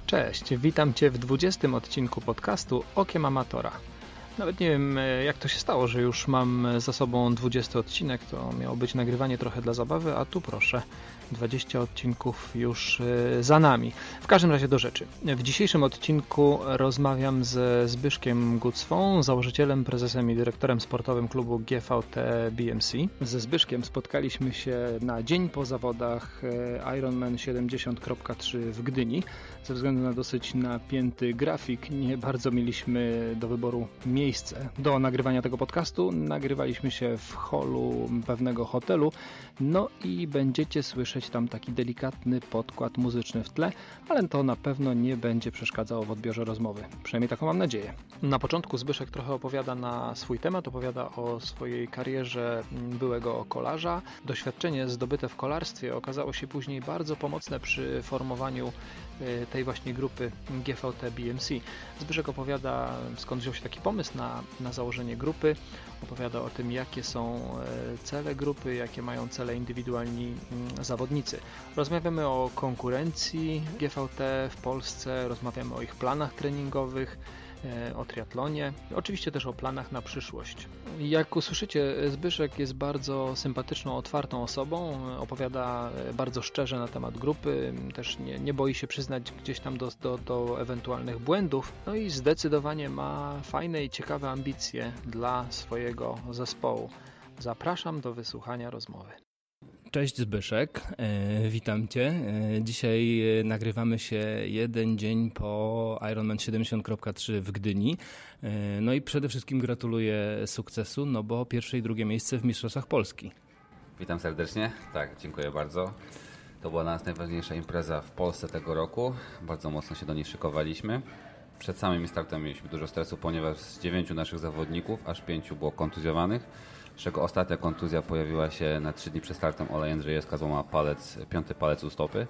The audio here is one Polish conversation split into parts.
Cześć, witam Cię w 20. odcinku podcastu Okiem Amatora. Nawet nie wiem, jak to się stało, że już mam za sobą 20 odcinek, to miało być nagrywanie trochę dla zabawy, a tu proszę, 20 odcinków już za nami. W każdym razie do rzeczy. W dzisiejszym odcinku rozmawiam ze Zbyszkiem Gucwą, założycielem, prezesem i dyrektorem sportowym klubu GVT BMC. Ze Zbyszkiem spotkaliśmy się na dzień po zawodach Ironman 70.3 w Gdyni. Ze względu na dosyć napięty grafik nie bardzo mieliśmy do wyboru miejsce do nagrywania tego podcastu. Nagrywaliśmy się w holu pewnego hotelu, no i będziecie słyszeć tam taki delikatny podkład muzyczny w tle, ale to na pewno nie będzie przeszkadzało w odbiorze rozmowy. Przynajmniej taką mam nadzieję. Na początku Zbyszek trochę opowiada na swój temat, opowiada o swojej karierze byłego kolarza. Doświadczenie zdobyte w kolarstwie okazało się później bardzo pomocne przy formowaniu tej właśnie grupy GVT BMC. Zbyszek opowiada, skąd wziął się taki pomysł na założenie grupy, opowiada o tym, jakie są cele grupy, jakie mają cele indywidualni zawodnicy. Rozmawiamy o konkurencji GVT w Polsce, rozmawiamy o ich planach treningowych, o triatlonie, oczywiście też o planach na przyszłość. Jak usłyszycie, Zbyszek jest bardzo sympatyczną, otwartą osobą, opowiada bardzo szczerze na temat grupy, też nie boi się przyznać gdzieś tam do ewentualnych błędów, no i zdecydowanie ma fajne i ciekawe ambicje dla swojego zespołu. Zapraszam do wysłuchania rozmowy. Cześć Zbyszek, witam Cię. Dzisiaj nagrywamy się jeden dzień po Ironman 70.3 w Gdyni. No i przede wszystkim gratuluję sukcesu, no bo pierwsze i drugie miejsce w Mistrzostwach Polski. Witam serdecznie, tak, dziękuję bardzo. To była dla nas najważniejsza impreza w Polsce tego roku. Bardzo mocno się do niej szykowaliśmy. Przed samym startem mieliśmy dużo stresu, ponieważ z 9 naszych zawodników aż 5 było kontuzjowanych. Z czego ostatnia kontuzja pojawiła się na 3 dni przed startem. Ola Jędrzejewska złamała piąty palec u stopy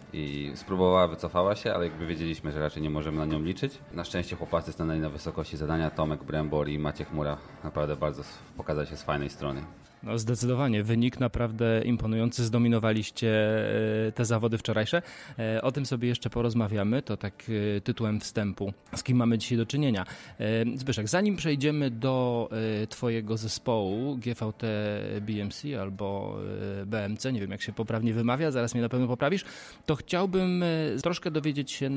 i spróbowała, wycofała się, ale jakby wiedzieliśmy, że raczej nie możemy na nią liczyć. Na szczęście chłopacy stanęli na wysokości zadania. Tomek Brembor i Maciek Chmura naprawdę bardzo pokazali się z fajnej strony. No zdecydowanie, wynik naprawdę imponujący, zdominowaliście te zawody wczorajsze. O tym sobie jeszcze porozmawiamy, to tak tytułem wstępu, z kim mamy dzisiaj do czynienia. Zbyszek, zanim przejdziemy do Twojego zespołu GVT BMC albo BMC, nie wiem jak się poprawnie wymawia, zaraz mnie na pewno poprawisz, to chciałbym troszkę dowiedzieć się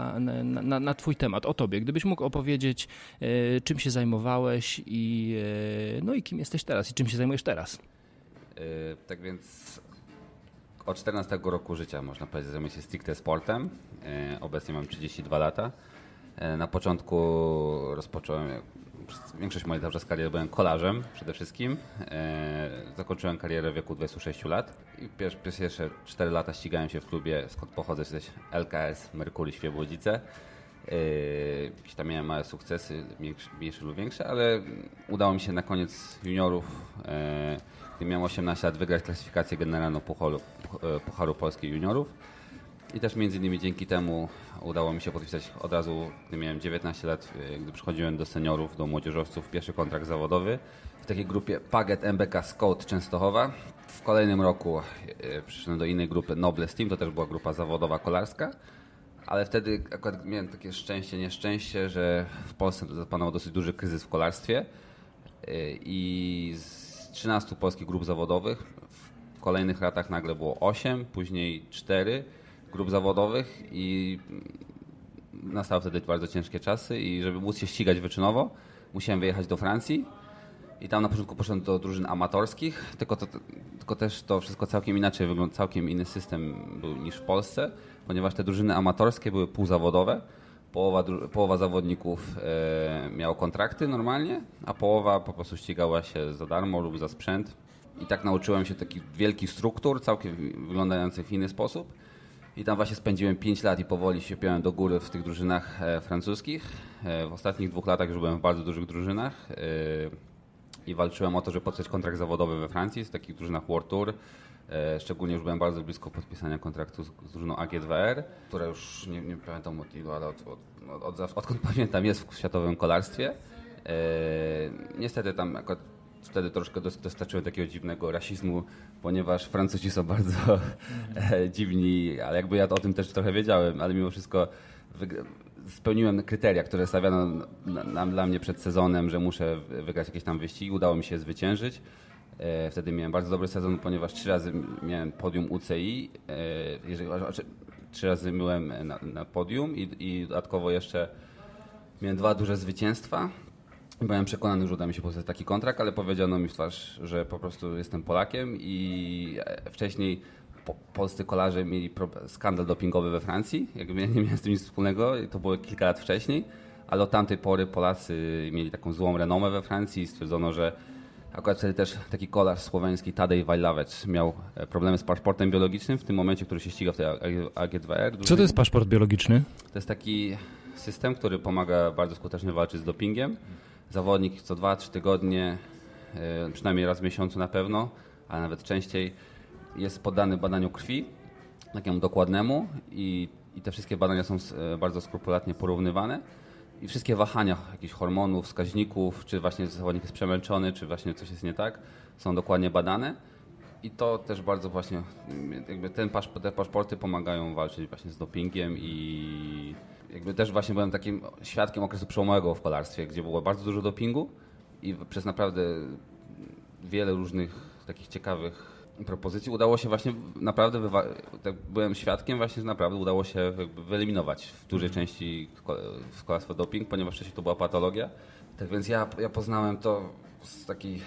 na Twój temat, o Tobie. Gdybyś mógł opowiedzieć, czym się zajmowałeś i kim jesteś teraz i czym się zajmujesz teraz. Tak więc od 14 roku życia, można powiedzieć, zajmuję się stricte sportem. Obecnie mam 32 lata. Na początku większość mojej kariery byłem kolarzem przede wszystkim. Zakończyłem karierę w wieku 26 lat i pierwsze 4 lata ścigałem się w klubie, skąd pochodzę, jesteś LKS Merkury Świebodzice. Jakieś tam miałem małe sukcesy, mniejsze lub większe, ale udało mi się na koniec juniorów, gdy miałem 18 lat, wygrać klasyfikację generalną Pucharu Polskiej Juniorów. I też między innymi dzięki temu udało mi się podpisać od razu, gdy miałem 19 lat, gdy przychodziłem do seniorów, do młodzieżowców, pierwszy kontrakt zawodowy w takiej grupie Paget MBK Scout Częstochowa. W kolejnym roku przyszedłem do innej grupy Nobles Team, to też była grupa zawodowa kolarska. Ale wtedy akurat miałem takie nieszczęście, że w Polsce zapanował dosyć duży kryzys w kolarstwie i z 13 polskich grup zawodowych w kolejnych latach nagle było 8, później 4 grup zawodowych i nastały wtedy bardzo ciężkie czasy i żeby móc się ścigać wyczynowo, musiałem wyjechać do Francji i tam na początku poszedłem do drużyn amatorskich, tylko też to wszystko całkiem inaczej wygląda, całkiem inny system był niż w Polsce, ponieważ te drużyny amatorskie były półzawodowe, połowa zawodników miała kontrakty normalnie, a połowa po prostu ścigała się za darmo lub za sprzęt. I tak nauczyłem się takich wielkich struktur, całkiem wyglądających w inny sposób. I tam właśnie spędziłem 5 lat i powoli się piąłem do góry w tych drużynach francuskich. W ostatnich 2 latach już byłem w bardzo dużych drużynach i walczyłem o to, żeby podpisać kontrakt zawodowy we Francji, w takich drużynach World Tour. Szczególnie już byłem bardzo blisko podpisania kontraktu z drużyną AG2R, która już nie pamiętam od ilu, ale odkąd pamiętam jest w światowym kolarstwie. Niestety tam akurat wtedy troszkę dostarczyłem takiego dziwnego rasizmu, ponieważ Francuzi są bardzo dziwni, ale jakby ja o tym też trochę wiedziałem, ale mimo wszystko spełniłem kryteria, które stawiano dla mnie przed sezonem, że muszę wygrać jakieś tam wyścigi. Udało mi się zwyciężyć. Wtedy miałem bardzo dobry sezon, ponieważ 3 razy miałem podium UCI. 3 razy byłem na podium i dodatkowo jeszcze miałem 2 duże zwycięstwa. Byłem przekonany, że uda mi się pozyskać taki kontrakt, ale powiedziano mi w twarz, że po prostu jestem Polakiem i wcześniej polscy kolarze mieli skandal dopingowy we Francji. Jakby nie miałem z tym nic wspólnego, to było kilka lat wcześniej, ale od tamtej pory Polacy mieli taką złą renomę we Francji i stwierdzono, że akurat wtedy też taki kolarz słoweński Tadej Wajlawecz miał problemy z paszportem biologicznym w tym momencie, który się ściga w tej AG2R. Co to jest paszport biologiczny? To jest taki system, który pomaga bardzo skutecznie walczyć z dopingiem. Zawodnik co 2-3 tygodnie, przynajmniej raz w miesiącu na pewno, ale nawet częściej, jest poddany badaniu krwi, takiemu dokładnemu i te wszystkie badania są bardzo skrupulatnie porównywane i wszystkie wahania jakichś hormonów, wskaźników, czy właśnie zawodnik jest przemęczony, czy właśnie coś jest nie tak, są dokładnie badane i to też bardzo właśnie, jakby te paszporty pomagają walczyć właśnie z dopingiem i jakby też właśnie byłem takim świadkiem okresu przełomowego w kolarstwie, gdzie było bardzo dużo dopingu i przez naprawdę wiele różnych takich ciekawych propozycji udało się właśnie naprawdę, byłem świadkiem właśnie, że naprawdę udało się wyeliminować w dużej części w kolarstwo doping, ponieważ wcześniej to była patologia. Tak więc ja poznałem to z takich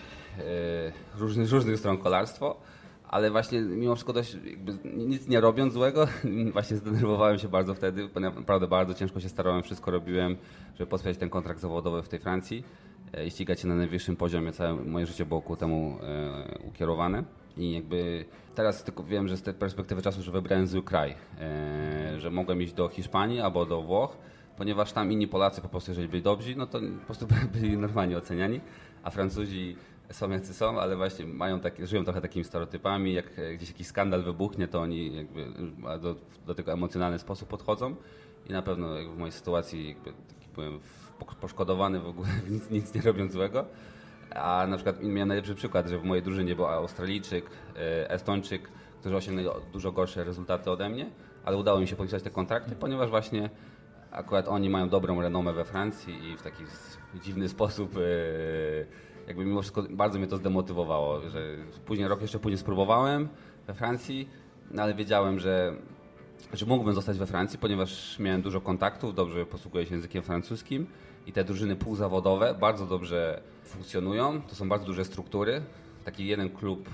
różnych stron kolarstwo, ale właśnie mimo wszystko dość nic nie robiąc złego, właśnie zdenerwowałem się bardzo wtedy, naprawdę bardzo ciężko się starałem, wszystko robiłem, żeby podpisać ten kontrakt zawodowy w tej Francji i ścigać się na najwyższym poziomie. Całe moje życie było ku temu ukierowane. I jakby teraz tylko wiem, że z tej perspektywy czasu, że wybrałem zły kraj, że mogłem iść do Hiszpanii albo do Włoch, ponieważ tam inni Polacy po prostu, jeżeli byli dobrzy, no to po prostu byli normalnie oceniani, a Francuzi są jacy są, ale właśnie żyją trochę takimi stereotypami, jak gdzieś jakiś skandal wybuchnie, to oni jakby do tego emocjonalny sposób podchodzą i na pewno w mojej sytuacji jakby byłem poszkodowany w ogóle nic nie robiąc złego. A na przykład miałem najlepszy przykład, że w mojej drużynie był Australijczyk, Estończyk, którzy osiągnęli dużo gorsze rezultaty ode mnie, ale udało mi się podpisać te kontrakty, ponieważ właśnie akurat oni mają dobrą renomę we Francji i w taki dziwny sposób jakby mimo wszystko bardzo mnie to zdemotywowało, że rok jeszcze później spróbowałem we Francji, no ale wiedziałem, że mógłbym zostać we Francji, ponieważ miałem dużo kontaktów, dobrze posługuję się językiem francuskim i te drużyny półzawodowe bardzo dobrze funkcjonują. To są bardzo duże struktury. Taki jeden klub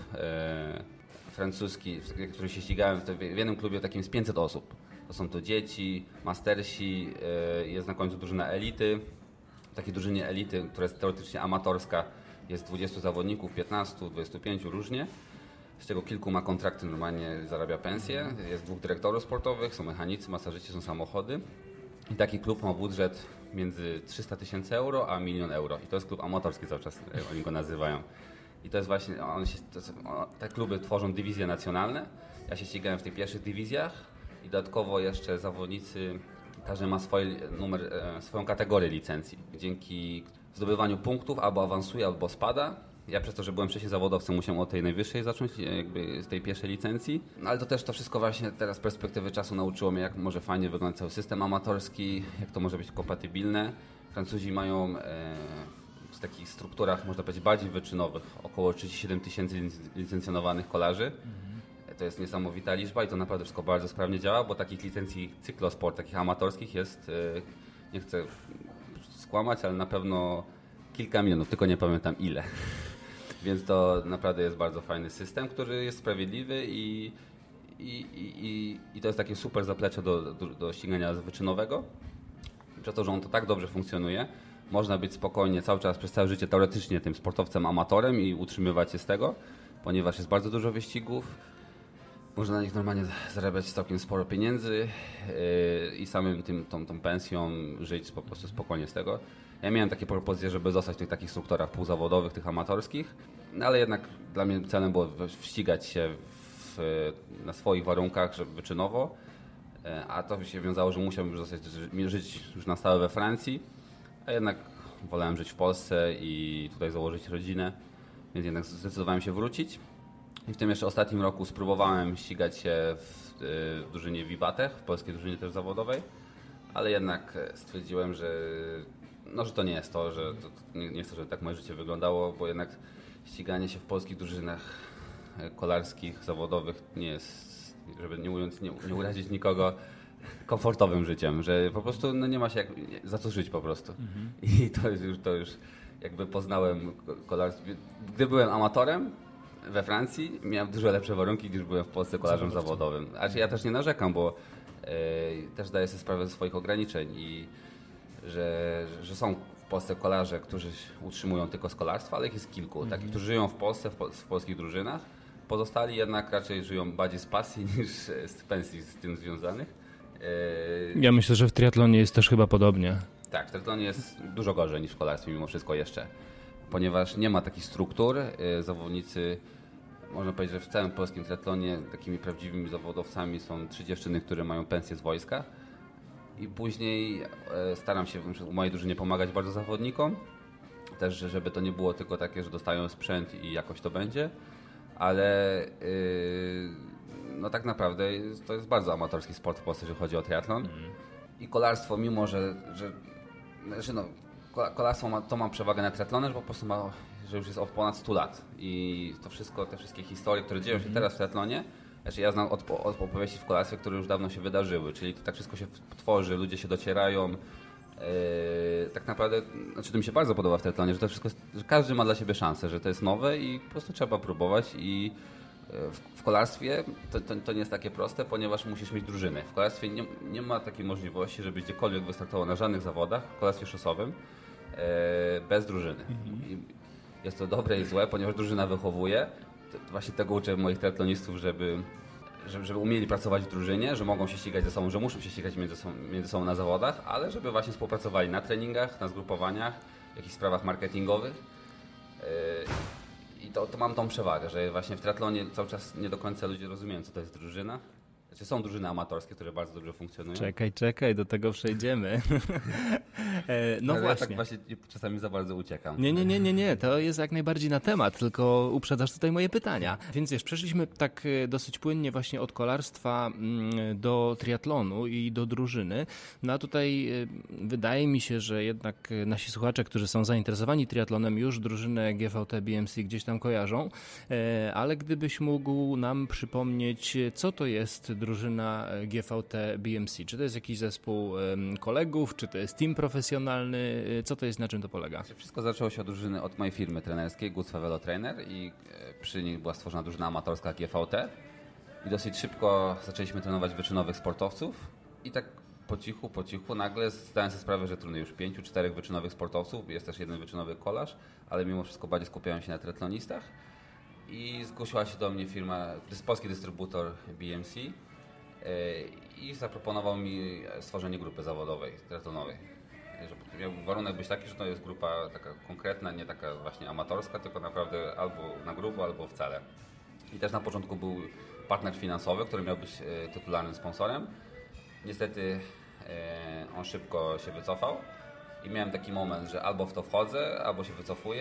francuski, w którym się ścigałem, w jednym klubie takim jest 500 osób. To są to dzieci, mastersi, jest na końcu drużyna elity. W takiej drużynie elity, która jest teoretycznie amatorska, jest 20 zawodników, 15, 25 różnie. Z czego kilku ma kontrakty, normalnie zarabia pensję. Jest 2 dyrektorów sportowych, są mechanicy, masażyści, są samochody. I taki klub ma budżet między 300 000 euro a 1 000 000 euro. I to jest klub amatorski cały czas, oni go nazywają. I to jest właśnie, te kluby tworzą dywizje nacjonalne. Ja się ścigałem w tych pierwszych dywizjach i dodatkowo jeszcze zawodnicy, każdy ma swoją kategorię licencji. Dzięki zdobywaniu punktów albo awansuje, albo spada. Ja przez to, że byłem wcześniej zawodowcem, musiałem od tej najwyższej zacząć, jakby z tej pierwszej licencji. No ale to też to wszystko właśnie teraz z perspektywy czasu nauczyło mnie, jak może fajnie wygląda cały system amatorski, jak to może być kompatybilne. Francuzi mają w takich strukturach, można powiedzieć, bardziej wyczynowych, około 37 000 licencjonowanych kolarzy. To jest niesamowita liczba i to naprawdę wszystko bardzo sprawnie działa, bo takich licencji cyklosport, takich amatorskich jest, nie chcę skłamać, ale na pewno kilka milionów, tylko nie pamiętam ile. Więc to naprawdę jest bardzo fajny system, który jest sprawiedliwy i to jest takie super zaplecze do ścigania wyczynowego. Przez to, że on to tak dobrze funkcjonuje, można być spokojnie cały czas przez całe życie teoretycznie tym sportowcem amatorem i utrzymywać się z tego, ponieważ jest bardzo dużo wyścigów. Można na nich normalnie zarabiać całkiem sporo pieniędzy i samym tą pensją żyć po prostu spokojnie z tego. Ja miałem takie propozycje, żeby zostać w tych takich strukturach półzawodowych, tych amatorskich, no ale jednak dla mnie celem było ścigać się na swoich warunkach, żeby wyczynowo, a to się wiązało, że musiałbym żyć już na stałe we Francji, a jednak wolałem żyć w Polsce i tutaj założyć rodzinę, więc jednak zdecydowałem się wrócić. I w tym jeszcze ostatnim roku spróbowałem ścigać się w drużynie Wibatech, w polskiej drużynie też zawodowej, ale jednak stwierdziłem, że to nie jest to, że nie chcę, żeby tak moje życie wyglądało, bo jednak ściganie się w polskich drużynach kolarskich, zawodowych nie jest, żeby nie urazić nikogo, komfortowym życiem, że po prostu nie ma się za co żyć po prostu. I to już jakby poznałem kolarstwo. Gdy byłem amatorem we Francji, miałem dużo lepsze warunki niż byłem w Polsce kolarzem zawodowym. Znaczy ja też nie narzekam, bo też daję sobie sprawę ze swoich ograniczeń i że są w Polsce kolarze, którzy utrzymują tylko z kolarstwa, ale ich jest kilku, takich, którzy żyją w Polsce, w polskich drużynach. Pozostali jednak raczej żyją bardziej z pasji niż z pensji z tym związanych. Ja myślę, że w triatlonie jest też chyba podobnie. Tak, w triatlonie jest dużo gorzej niż w kolarstwie mimo wszystko jeszcze, ponieważ nie ma takich struktur. Zawodnicy, można powiedzieć, że w całym polskim triatlonie takimi prawdziwymi zawodowcami są 3 dziewczyny, które mają pensję z wojska. I później staram się u mojej drużynie pomagać bardzo zawodnikom. Też, żeby to nie było tylko takie, że dostają sprzęt i jakoś to będzie. Ale tak naprawdę to jest bardzo amatorski sport w Polsce, jeżeli chodzi o triatlon. I kolarstwo, mimo że kolarstwo ma przewagę nad triatlonem, że po prostu że już jest od ponad 100 lat. I to wszystko, te wszystkie historie, które dzieją się teraz w triatlonie, ja znam od opowieści w kolarstwie, które już dawno się wydarzyły, czyli to tak wszystko się tworzy, ludzie się docierają. Tak naprawdę, to mi się bardzo podoba w triatlonie, że to wszystko, że każdy ma dla siebie szansę, że to jest nowe i po prostu trzeba próbować. I w kolarstwie to nie jest takie proste, ponieważ musisz mieć drużynę. W kolarstwie nie ma takiej możliwości, żebyś gdziekolwiek wystartował na żadnych zawodach, w kolarstwie szosowym, bez drużyny. I jest to dobre i złe, ponieważ drużyna wychowuje. Właśnie tego uczę moich triatlonistów, żeby umieli pracować w drużynie, że mogą się ścigać ze sobą, że muszą się ścigać między sobą na zawodach, ale żeby właśnie współpracowali na treningach, na zgrupowaniach, w jakichś sprawach marketingowych. I to mam tą przewagę, że właśnie w triatlonie cały czas nie do końca ludzie rozumieją, co to jest drużyna. Znaczy są drużyny amatorskie, które bardzo dobrze funkcjonują. Czekaj, do tego przejdziemy. No ale właśnie. Ja tak właśnie czasami za bardzo uciekam. Nie, to jest jak najbardziej na temat, tylko uprzedzasz tutaj moje pytania. Więc wiesz, przeszliśmy tak dosyć płynnie właśnie od kolarstwa do triatlonu i do drużyny. No a tutaj wydaje mi się, że jednak nasi słuchacze, którzy są zainteresowani triatlonem, już drużynę GVT BMC gdzieś tam kojarzą, ale gdybyś mógł nam przypomnieć, co to jest drużyna GVT BMC? Czy to jest jakiś zespół kolegów, czy to jest team profesjonalny? Co to jest, na czym to polega? Wszystko zaczęło się od mojej firmy trenerskiej, Gustav Velo Trainer, i przy niej była stworzona drużyna amatorska GVT i dosyć szybko zaczęliśmy trenować wyczynowych sportowców i tak po cichu nagle zdałem sobie sprawę, że trenuję już 5-4 wyczynowych sportowców, jest też jeden wyczynowy kolarz, ale mimo wszystko bardziej skupiałem się na triatlonistach i zgłosiła się do mnie firma, to jest polski dystrybutor BMC, i zaproponował mi stworzenie grupy zawodowej, triatlonowej. Miał warunek być taki, że to jest grupa taka konkretna, nie taka właśnie amatorska, tylko naprawdę albo na grubo, albo wcale. I też na początku był partner finansowy, który miał być tytularnym sponsorem. Niestety on szybko się wycofał i miałem taki moment, że albo w to wchodzę, albo się wycofuję.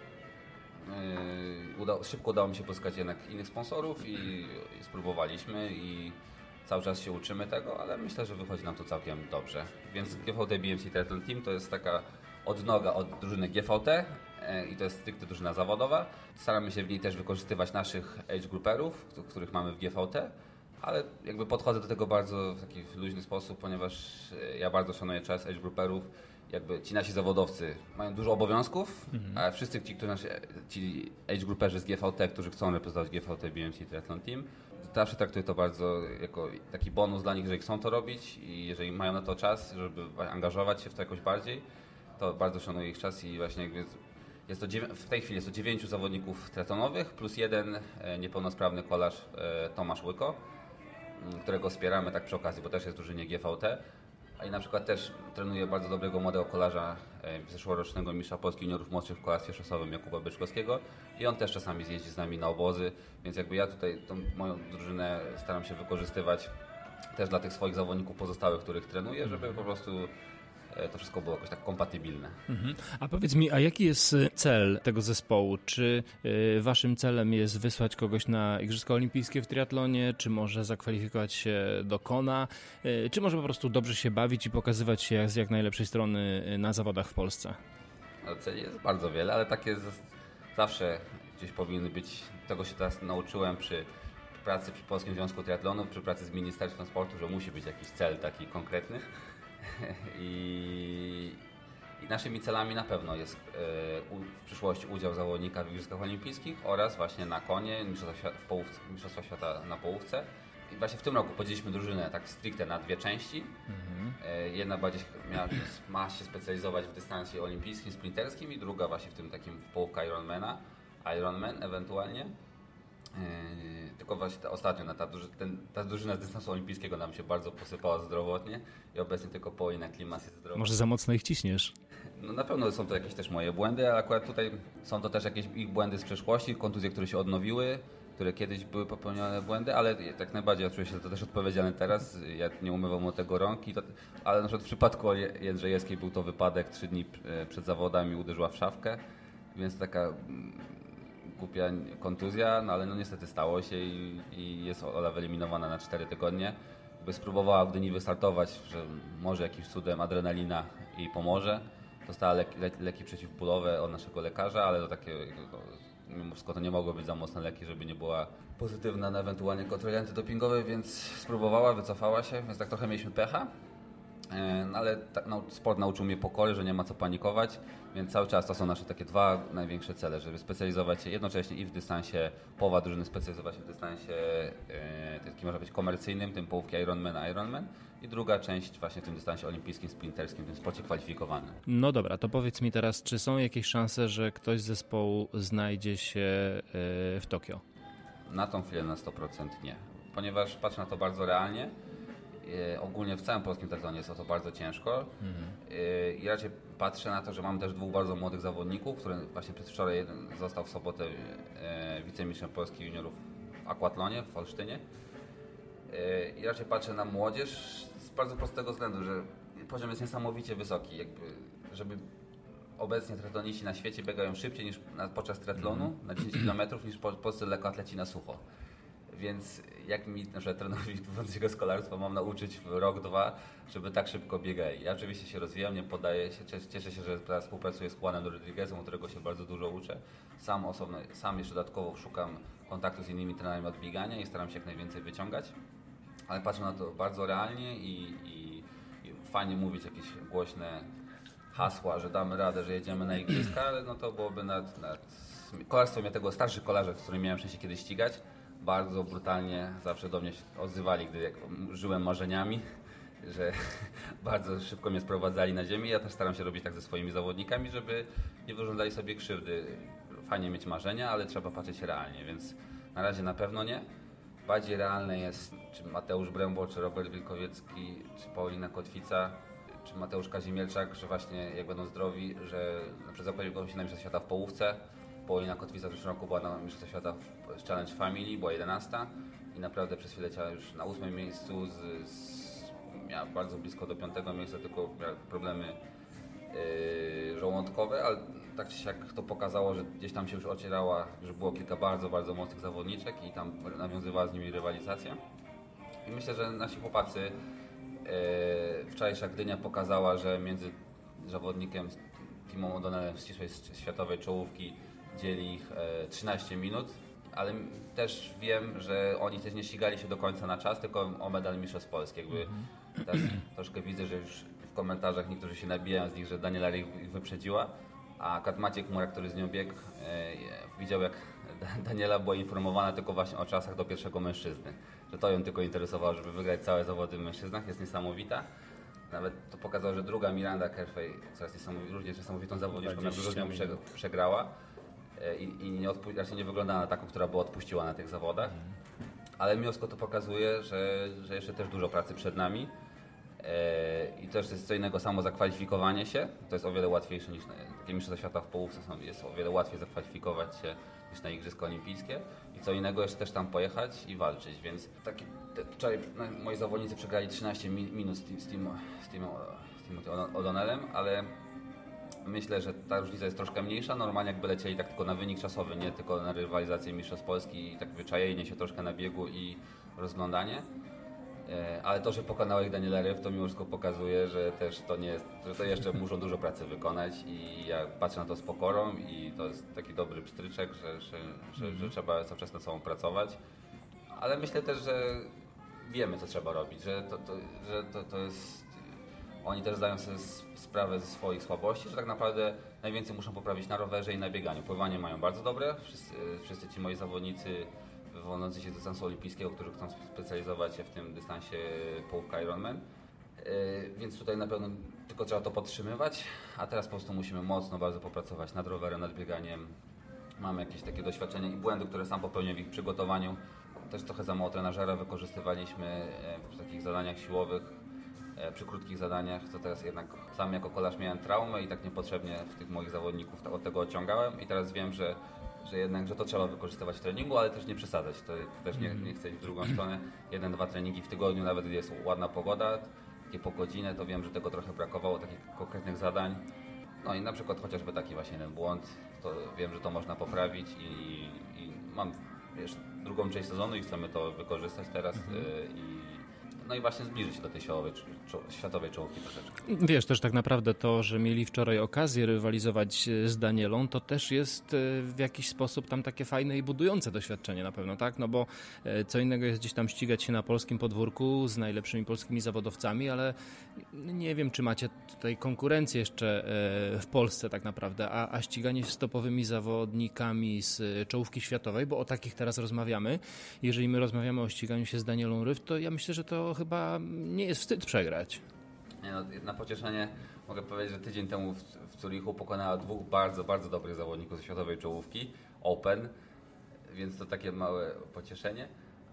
Szybko udało mi się pozyskać jednak innych sponsorów i spróbowaliśmy i cały czas się uczymy tego, ale myślę, że wychodzi nam to całkiem dobrze. Więc GVT BMC Triathlon Team to jest taka odnoga od drużyny GVT i to jest stricte drużyna zawodowa. Staramy się w niej też wykorzystywać naszych age grouperów, których mamy w GVT, ale jakby podchodzę do tego bardzo w taki luźny sposób, ponieważ ja bardzo szanuję czas age grouperów. Jakby ci nasi zawodowcy mają dużo obowiązków, a wszyscy ci age grouperzy z GVT, którzy chcą reprezentować GVT BMC Triathlon Team, zawsze traktuję to bardzo jako taki bonus dla nich, jeżeli chcą to robić i jeżeli mają na to czas, żeby angażować się w to jakoś bardziej, to bardzo szanuję ich czas i właśnie jest to w tej chwili jest to 9 zawodników triatlonowych plus jeden niepełnosprawny kolarz Tomasz Łyko, którego wspieramy tak przy okazji, bo też jest w drużynie GVT. I na przykład też trenuję bardzo dobrego młodego kolarza, zeszłorocznego mistrza Polski juniorów młodszych w kolarstwie szosowym Jakuba Byczkowskiego i on też czasami zjeździ z nami na obozy, więc jakby ja tutaj tą moją drużynę staram się wykorzystywać też dla tych swoich zawodników pozostałych, których trenuję, żeby po prostu to wszystko było jakoś tak kompatybilne. A powiedz mi, a jaki jest cel tego zespołu? Czy waszym celem jest wysłać kogoś na Igrzyska Olimpijskie w triatlonie, czy może zakwalifikować się do Kona, czy może po prostu dobrze się bawić i pokazywać się z jak najlepszej strony na zawodach w Polsce? No, celi jest bardzo wiele, ale takie zawsze gdzieś powinny być. Tego się teraz nauczyłem przy pracy przy Polskim Związku Triatlonu, przy pracy z Ministerstwem Sportu, że musi być jakiś cel taki konkretny. I naszymi celami na pewno jest w przyszłości udział zawodnika w Igrzyskach Olimpijskich oraz właśnie na konie, Mistrzostwa Świata na połówce. I właśnie w tym roku podzieliliśmy drużynę tak stricte na dwie części. Jedna bardziej ma się specjalizować w dystansie olimpijskim, sprinterskim i druga właśnie w tym takim połówka Ironman ewentualnie. Tylko właśnie ostatnio ta drużyna z dystansu olimpijskiego nam się bardzo posypała zdrowotnie i obecnie tylko Paulina Klimas jest zdrowa. Może za mocno ich ciśniesz? No na pewno są to jakieś też moje błędy, ale akurat tutaj są to też jakieś ich błędy z przeszłości, kontuzje, które się odnowiły, które kiedyś były popełnione błędy, ale tak najbardziej ja czuję się to też odpowiedzialny teraz. Ja nie umywam od tego rąk, ale na przykład w przypadku Jędrzejewskiej był to wypadek 3 dni przed zawodami, uderzyła w szafkę, więc taka głupia kontuzja, no ale no niestety stało się i jest Ola wyeliminowana na 4 tygodnie. By spróbowała w Gdyni wystartować, że może jakimś cudem adrenalina jej pomoże. Dostała leki przeciwbólowe od naszego lekarza, ale to takie, mimo wszystko to nie mogły być za mocne leki, żeby nie była pozytywna na ewentualnie kontroli antydopingowej, więc spróbowała, wycofała się, więc tak trochę mieliśmy pecha. No ale sport nauczył mnie pokory, że nie ma co panikować, więc cały czas to są nasze takie dwa największe cele, żeby specjalizować się jednocześnie i w dystansie, połowa drużyny specjalizować się w dystansie taki może być komercyjnym, tym połówki Ironman i druga część właśnie w tym dystansie olimpijskim, sprinterskim, w tym sporcie kwalifikowanym. No dobra, to powiedz mi teraz, czy są jakieś szanse, że ktoś z zespołu znajdzie się w Tokio? Na tą chwilę na 100% nie, ponieważ patrzę na to bardzo realnie. Ogólnie w całym polskim triatlonie jest o to bardzo ciężko i raczej patrzę na to, że mam też 2 bardzo młodych zawodników, który właśnie przedwczoraj jeden został w sobotę wicemistrzem Polski juniorów w aquatlonie w Olsztynie i raczej patrzę na młodzież z bardzo prostego względu, że poziom jest niesamowicie wysoki, żeby obecnie triatloniści na świecie biegają szybciej niż podczas triatlonu na 10 km niż polscy lekkoatleci na sucho. Więc jak mi na przykład trenerowi prowadzącego skolarstwa mam nauczyć w rok, 2, żeby tak szybko biegali. Ja oczywiście się rozwijam, nie poddaję się, cieszę się, że teraz współpracuję z Juanem Rodriguezem, od którego się bardzo dużo uczę. Sam jeszcze dodatkowo szukam kontaktu z innymi trenerami od biegania i staram się jak najwięcej wyciągać. Ale patrzę na to bardzo realnie i fajnie mówić jakieś głośne hasła, że damy radę, że jedziemy na igrzyska, ale no to byłoby kolarstwo mnie tego starszych kolarzy, z którymi miałem szczęście kiedyś ścigać, bardzo brutalnie zawsze do mnie się odzywali, gdy żyłem marzeniami, że bardzo szybko mnie sprowadzali na ziemię. Ja też staram się robić tak ze swoimi zawodnikami, żeby nie wyrządzali sobie krzywdy. Fajnie mieć marzenia, ale trzeba patrzeć realnie, więc na razie na pewno nie. Bardziej realne jest czy Mateusz Brębo, czy Robert Wilkowiecki, czy Paulina Kotwica, czy Mateusz Kazimierczak, że właśnie jak będą zdrowi, że na przykład zakwalifikował się na Mistrzostwa Świata w połówce. Paulina Kotwica w zeszłym roku była na Mistrzostwach Świata w Challenge Family, była 11 i naprawdę przez chwilę leciała już na 8 miejscu, miała bardzo blisko do 5 miejsca, tylko miała problemy żołądkowe, ale tak czy siak to pokazało, że gdzieś tam się już ocierała, że było kilka bardzo, bardzo mocnych zawodniczek i tam nawiązywała z nimi rywalizacja. I myślę, że nasi chłopacy, wczorajsza Gdynia pokazała, że między zawodnikiem Timą O'Donnellem z ścisłej światowej czołówki dzieli ich 13 minut, ale też wiem, że oni też nie ścigali się do końca na czas, tylko o medal mistrzostw Polski. Teraz troszkę widzę, że już w komentarzach niektórzy się nabijają z nich, że Daniela ich wyprzedziła, a akurat Maciek Chmura, który z nią biegł, widział jak Daniela była informowana tylko właśnie o czasach do pierwszego mężczyzny, że to ją tylko interesowało, żeby wygrać całe zawody w mężczyznach, jest niesamowita. Nawet to pokazało, że druga Miranda Kerfej, która jest również niesamowitą zawodniczką, na dużo z nią przegrała i raczej nie wygląda na taką, która by odpuściła na tych zawodach. Ale mimo wszystko to pokazuje, że jeszcze też dużo pracy przed nami i też jest co innego samo zakwalifikowanie się. To jest o wiele łatwiejsze niż takie mistrzostwa świata w połówce, jest o wiele łatwiej zakwalifikować się niż na Igrzyska Olimpijskie i co innego jeszcze też tam pojechać i walczyć, więc wczoraj moi zawodnicy przegrali 13 minut z Timothy O'Donnellem, ale myślę, że ta różnica jest troszkę mniejsza. Normalnie jakby lecieli tak tylko na wynik czasowy, nie tylko na rywalizację mistrzostw Polski i tak wyczajenie się troszkę na biegu i rozglądanie. Ale to, że pokonał ich Daniela Ryf, to mimo wszystko pokazuje, że też to nie jest, że to jeszcze muszą dużo pracy wykonać i ja patrzę na to z pokorą i to jest taki dobry pstryczek, że trzeba cały czas nad sobą pracować. Ale myślę też, że wiemy, co trzeba robić, że to jest... Oni też zdają sobie sprawę ze swoich słabości, że tak naprawdę najwięcej muszą poprawić na rowerze i na bieganiu. Pływanie mają bardzo dobre, wszyscy ci moi zawodnicy wywodzący się z dystansu olimpijskiego, którzy chcą specjalizować się w tym dystansie połówka Ironman. Więc tutaj na pewno tylko trzeba to podtrzymywać, a teraz po prostu musimy mocno bardzo popracować nad rowerem, nad bieganiem. Mamy jakieś takie doświadczenia i błędy, które sam popełniłem w ich przygotowaniu. Też trochę za mało trenażera wykorzystywaliśmy przy takich zadaniach siłowych, przy krótkich zadaniach, to teraz jednak sam jako kolarz miałem traumę i tak niepotrzebnie w tych moich zawodników od tego odciągałem i teraz wiem, że to trzeba wykorzystywać w treningu, ale też nie przesadzać. To też nie chcę iść w drugą stronę. 1-2 treningi w tygodniu, nawet gdy jest ładna pogoda, takie po godzinę, to wiem, że tego trochę brakowało, takich konkretnych zadań. No i na przykład chociażby taki właśnie jeden błąd, to wiem, że to można poprawić i mam drugą część sezonu i chcemy to wykorzystać teraz no i właśnie zbliżyć się do tej światowej czołówki troszeczkę. Wiesz, też tak naprawdę to, że mieli wczoraj okazję rywalizować z Danielą, to też jest w jakiś sposób tam takie fajne i budujące doświadczenie na pewno, tak? No bo co innego jest gdzieś tam ścigać się na polskim podwórku z najlepszymi polskimi zawodowcami, ale nie wiem, czy macie tutaj konkurencję jeszcze w Polsce tak naprawdę, a ściganie się z topowymi zawodnikami z czołówki światowej, bo o takich teraz rozmawiamy. Jeżeli my rozmawiamy o ściganiu się z Danielą Ryf, to ja myślę, że to chyba nie jest wstyd przegrać. Nie no, na pocieszenie mogę powiedzieć, że tydzień temu w Zurichu pokonała 2 bardzo, bardzo dobrych zawodników ze światowej czołówki Open, więc to takie małe pocieszenie.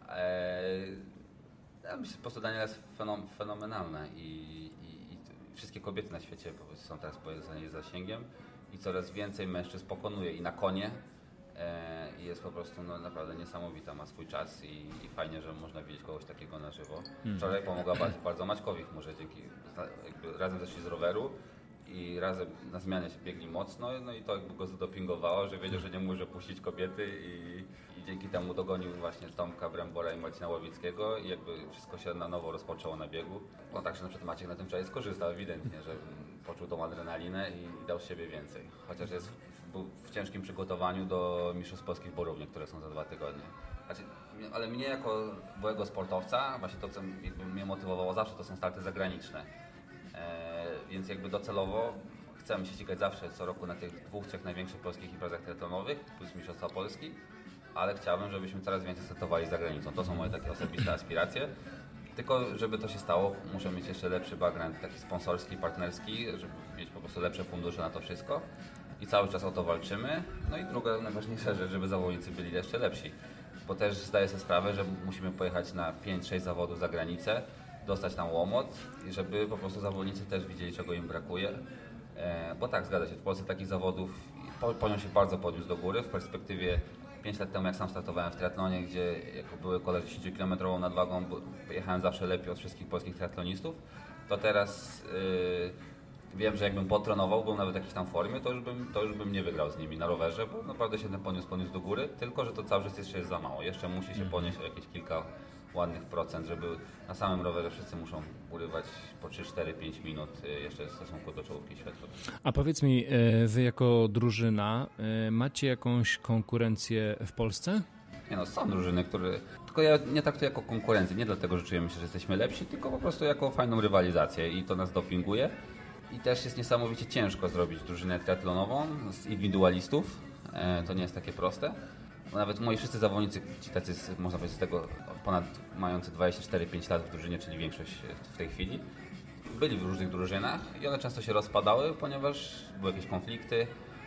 Ja myślę, że po prostu Daniela jest fenomenalna i wszystkie kobiety na świecie są teraz poza jej zasięgiem i coraz więcej mężczyzn pokonuje i na konie. I jest po prostu naprawdę niesamowita, ma swój czas i fajnie, że można widzieć kogoś takiego na żywo. Wczoraj pomogła bardzo Maćkowi chmurze, razem zeszli z roweru i razem na zmianę się biegli mocno, no i to jakby go zadopingowało, że wiedział, że nie może puścić kobiety i dzięki temu dogonił właśnie Tomka Brembora i Marcina Łowickiego i jakby wszystko się na nowo rozpoczęło na biegu. No także na przykład Maciek na tym wczoraj skorzystał ewidentnie, że poczuł tą adrenalinę i dał z siebie więcej. Chociaż był w ciężkim przygotowaniu do Mistrzostw Polskich w Borównie, które są za 2 tygodnie. Znaczy, ale mnie jako byłego sportowca, właśnie to co mnie motywowało zawsze, to są starty zagraniczne. Więc jakby docelowo chcemy się ścigać zawsze co roku na tych 2-3 największych polskich imprezach triatlonowych plus Mistrzostwa Polski, ale chciałbym, żebyśmy coraz więcej startowali za granicą. To są moje takie osobiste aspiracje. Tylko żeby to się stało, muszę mieć jeszcze lepszy background taki sponsorski, partnerski, żeby mieć po prostu lepsze fundusze na to wszystko. I cały czas o to walczymy. No i druga najważniejsza rzecz, żeby zawodnicy byli jeszcze lepsi. Bo też zdaję sobie sprawę, że musimy pojechać na 5-6 zawodów za granicę, dostać tam łomot i żeby po prostu zawodnicy też widzieli, czego im brakuje. Bo tak, zgadza się, w Polsce takich zawodów poziom się bardzo podniósł do góry. W perspektywie 5 lat temu, jak sam startowałem w triatlonie, gdzie jako były kolarz 10-kilometrową nadwagą, jechałem zawsze lepiej od wszystkich polskich triatlonistów, to teraz wiem, że jakbym potrenował, był nawet w jakiejś tam formie, to już bym nie wygrał z nimi na rowerze, bo naprawdę się ten podniósł do góry, tylko że to cały czas jeszcze jest za mało. Jeszcze musi się podnieść o jakieś kilka ładnych procent, żeby na samym rowerze wszyscy muszą urywać po 3, 4, 5 minut jeszcze w stosunku do czołówki światowej. A powiedz mi, wy jako drużyna macie jakąś konkurencję w Polsce? Nie no, są drużyny, które... Tylko ja nie traktuję jako konkurencję, nie dlatego, że czujemy się, że jesteśmy lepsi, tylko po prostu jako fajną rywalizację i to nas dopinguje. I też jest niesamowicie ciężko zrobić drużynę triatlonową z indywidualistów. To nie jest takie proste. Nawet moi wszyscy zawodnicy, ci tacy, można powiedzieć, z tego ponad mający 24-5 lat w drużynie, czyli większość w tej chwili, byli w różnych drużynach i one często się rozpadały, ponieważ były jakieś konflikty,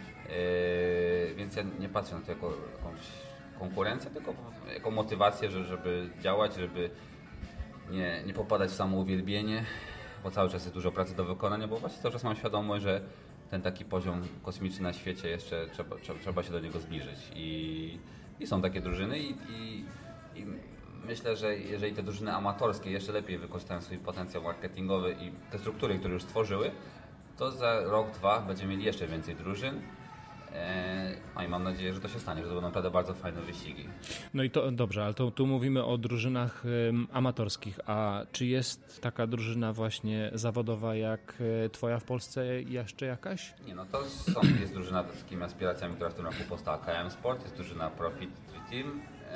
więc ja nie patrzę na to jako jakąś konkurencję, tylko jako motywację, żeby działać, żeby nie popadać w samo uwielbienie, bo cały czas jest dużo pracy do wykonania, bo właśnie cały czas mam świadomość, że ten taki poziom kosmiczny na świecie jeszcze trzeba się do niego zbliżyć i są takie drużyny i myślę, że jeżeli te drużyny amatorskie jeszcze lepiej wykorzystają swój potencjał marketingowy i te struktury, które już stworzyły, to za rok, 2 będziemy mieli jeszcze więcej drużyn. No i mam nadzieję, że to się stanie, że to będą naprawdę bardzo fajne wyścigi. No i to dobrze, ale to tu mówimy o drużynach amatorskich, a czy jest taka drużyna właśnie zawodowa jak twoja w Polsce jeszcze jakaś? Nie, no to jest drużyna z takimi aspiracjami, która w tym roku powstała, KM Sport, jest drużyna Profit Team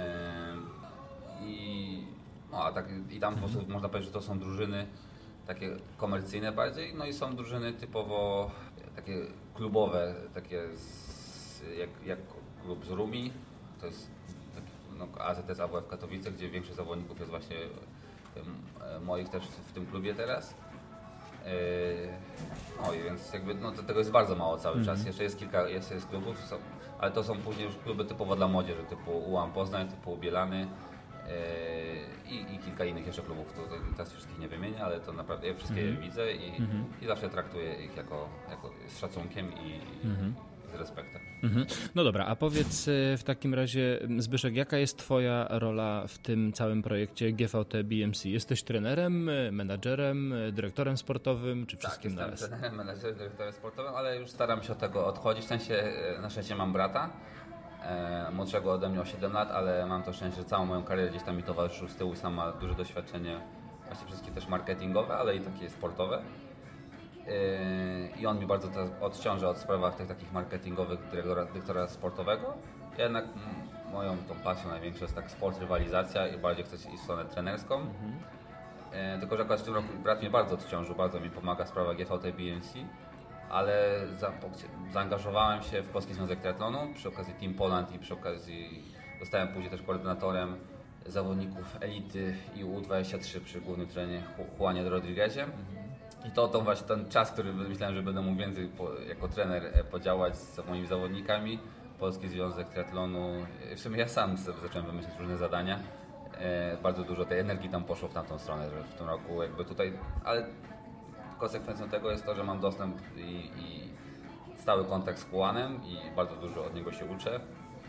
i tam po prostu można powiedzieć, że to są drużyny takie komercyjne bardziej, no i są drużyny typowo takie klubowe, takie jak klub z Rumi, to jest AZS AWF Katowice, gdzie większość zawodników jest właśnie moich też w tym klubie teraz. No i więc jakby tego jest bardzo mało cały czas. Jeszcze jest kilka klubów, ale to są później już kluby typowo dla młodzieży, typu UAM Poznań, typu Bielany i kilka innych jeszcze klubów. Teraz wszystkich nie wymienię, ale to naprawdę ja wszystkie je widzę i zawsze traktuję ich jako z szacunkiem i z respektem. No dobra, a powiedz w takim razie, Zbyszek, jaka jest twoja rola w tym całym projekcie GVT BMC? Jesteś trenerem, menadżerem, dyrektorem sportowym, czy wszystkim naraz? Tak, jestem trenerem, menadżerem, dyrektorem sportowym, ale już staram się od tego odchodzić. W sensie, na szczęście mam brata, młodszego ode mnie o 7 lat, ale mam to szczęście, że całą moją karierę gdzieś tam mi towarzyszył z tyłu i sam ma duże doświadczenie, właśnie wszystkie też marketingowe, ale i takie sportowe. I on mi bardzo teraz odciąża od sprawach tych takich marketingowych dyrektora sportowego. Ja jednak moją tą pasją największą jest tak sport, rywalizacja i bardziej chcę iść w stronę trenerską. Tylko że akurat w tym roku brat mnie bardzo odciążył, bardzo mi pomaga w sprawach GVT BMC, ale zaangażowałem się w Polski Związek Triathlonu przy okazji Team Poland i przy okazji zostałem później też koordynatorem zawodników elity i U23 przy głównym trenerze Juanie Rodriguezie. I to właśnie ten czas, który myślałem, że będę mógł więcej jako trener podziałać z moimi zawodnikami. Polski Związek Triathlonu, w sumie ja sam sobie zacząłem wymyślać różne zadania. Bardzo dużo tej energii tam poszło w tamtą stronę, że w tym roku jakby tutaj, ale konsekwencją tego jest to, że mam dostęp i stały kontakt z Juanem i bardzo dużo od niego się uczę.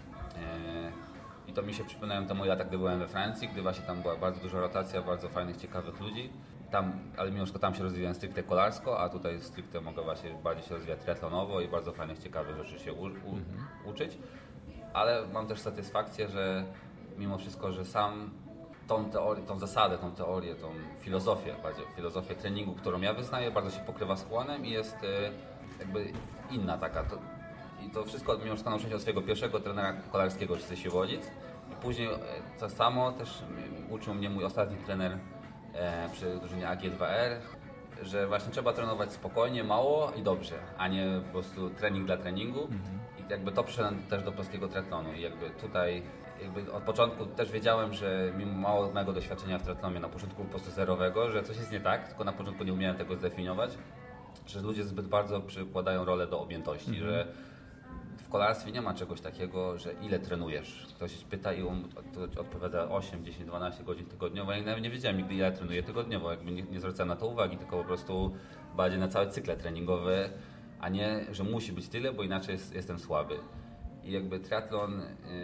I to mi się przypominają te moje lata, gdy byłem we Francji, gdy właśnie tam była bardzo duża rotacja bardzo fajnych, ciekawych ludzi. Ale mimo wszystko tam się rozwijałem stricte kolarsko, a tutaj stricte mogę właśnie bardziej się rozwijać triathlonowo i bardzo fajnych, ciekawych rzeczy się uczyć. Ale mam też satysfakcję, że mimo wszystko, że sam tą zasadę, tą teorię, tą filozofię treningu, którą ja wyznaję, bardzo się pokrywa z Juanem i jest jakby inna taka. I to wszystko mimo wszystko nauczyłem się od swojego pierwszego trenera kolarskiego z Siwodzic. I później to samo też uczył mnie mój ostatni trener przy drużynie AG2R, że właśnie trzeba trenować spokojnie, mało i dobrze, a nie po prostu trening dla treningu. I jakby to przyszedłem też do polskiego triathlonu i jakby tutaj od początku też wiedziałem, że mimo mało mojego doświadczenia w triathlonie, na początku po prostu zerowego, że coś jest nie tak, tylko na początku nie umiałem tego zdefiniować, że ludzie zbyt bardzo przykładają rolę do objętości, że w kolarstwie nie ma czegoś takiego, że ile trenujesz. Ktoś się pyta i on odpowiada 8, 10, 12 godzin tygodniowo. Ja nawet nie wiedziałem nigdy, ile ja trenuję tygodniowo. Jakby nie zwracałem na to uwagi, tylko po prostu bardziej na całe cykle treningowe, a nie, że musi być tyle, bo inaczej jestem słaby. I jakby triathlon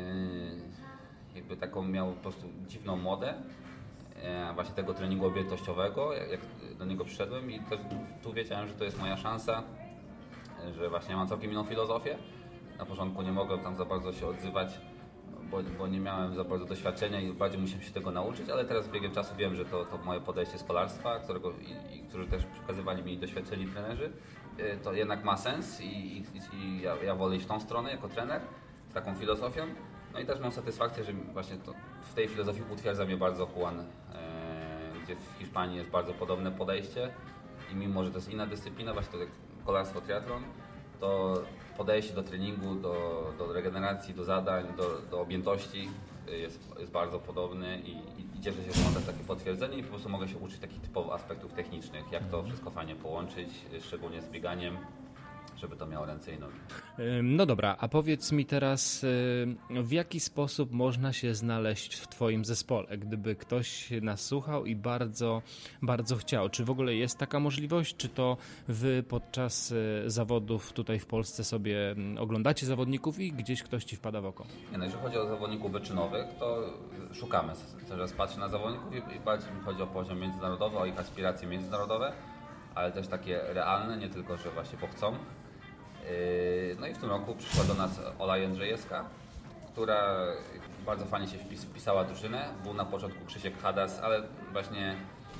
jakby taką miał po prostu dziwną modę właśnie tego treningu objętościowego, jak do niego przyszedłem i też tu wiedziałem, że to jest moja szansa, że właśnie mam całkiem inną filozofię. Na początku nie mogłem tam za bardzo się odzywać, bo nie miałem za bardzo doświadczenia i bardziej musiałem się tego nauczyć, ale teraz z biegiem czasu wiem, że to moje podejście z kolarstwa, którzy też przekazywali mi doświadczeni trenerzy, to jednak ma sens i ja wolę iść w tą stronę jako trener, z taką filozofią. No i też mam satysfakcję, że właśnie w tej filozofii utwierdza mnie bardzo Juan, gdzie w Hiszpanii jest bardzo podobne podejście i mimo, że to jest inna dyscyplina, właśnie to jak kolarstwo, triatlon, to podejście do treningu, do regeneracji, do zadań, do objętości jest bardzo podobny i cieszę się, że mam też takie potwierdzenie i po prostu mogę się uczyć takich typowych aspektów technicznych, jak to wszystko fajnie połączyć, szczególnie z bieganiem, żeby to miało ręce i nogi. No dobra, a powiedz mi teraz, w jaki sposób można się znaleźć w Twoim zespole, gdyby ktoś nas słuchał i bardzo, bardzo chciał? Czy w ogóle jest taka możliwość, czy to Wy podczas zawodów tutaj w Polsce sobie oglądacie zawodników i gdzieś ktoś Ci wpada w oko? No, jeżeli chodzi o zawodników wyczynowych, to szukamy. Teraz patrzę na zawodników i bardziej mi chodzi o poziom międzynarodowy, o ich aspiracje międzynarodowe, ale też takie realne, nie tylko, że właśnie chcą. No i w tym roku przyszła do nas Ola Jędrzejewska, która bardzo fajnie się wpisała w drużynę. Był na początku Krzysiek Hadas, ale właśnie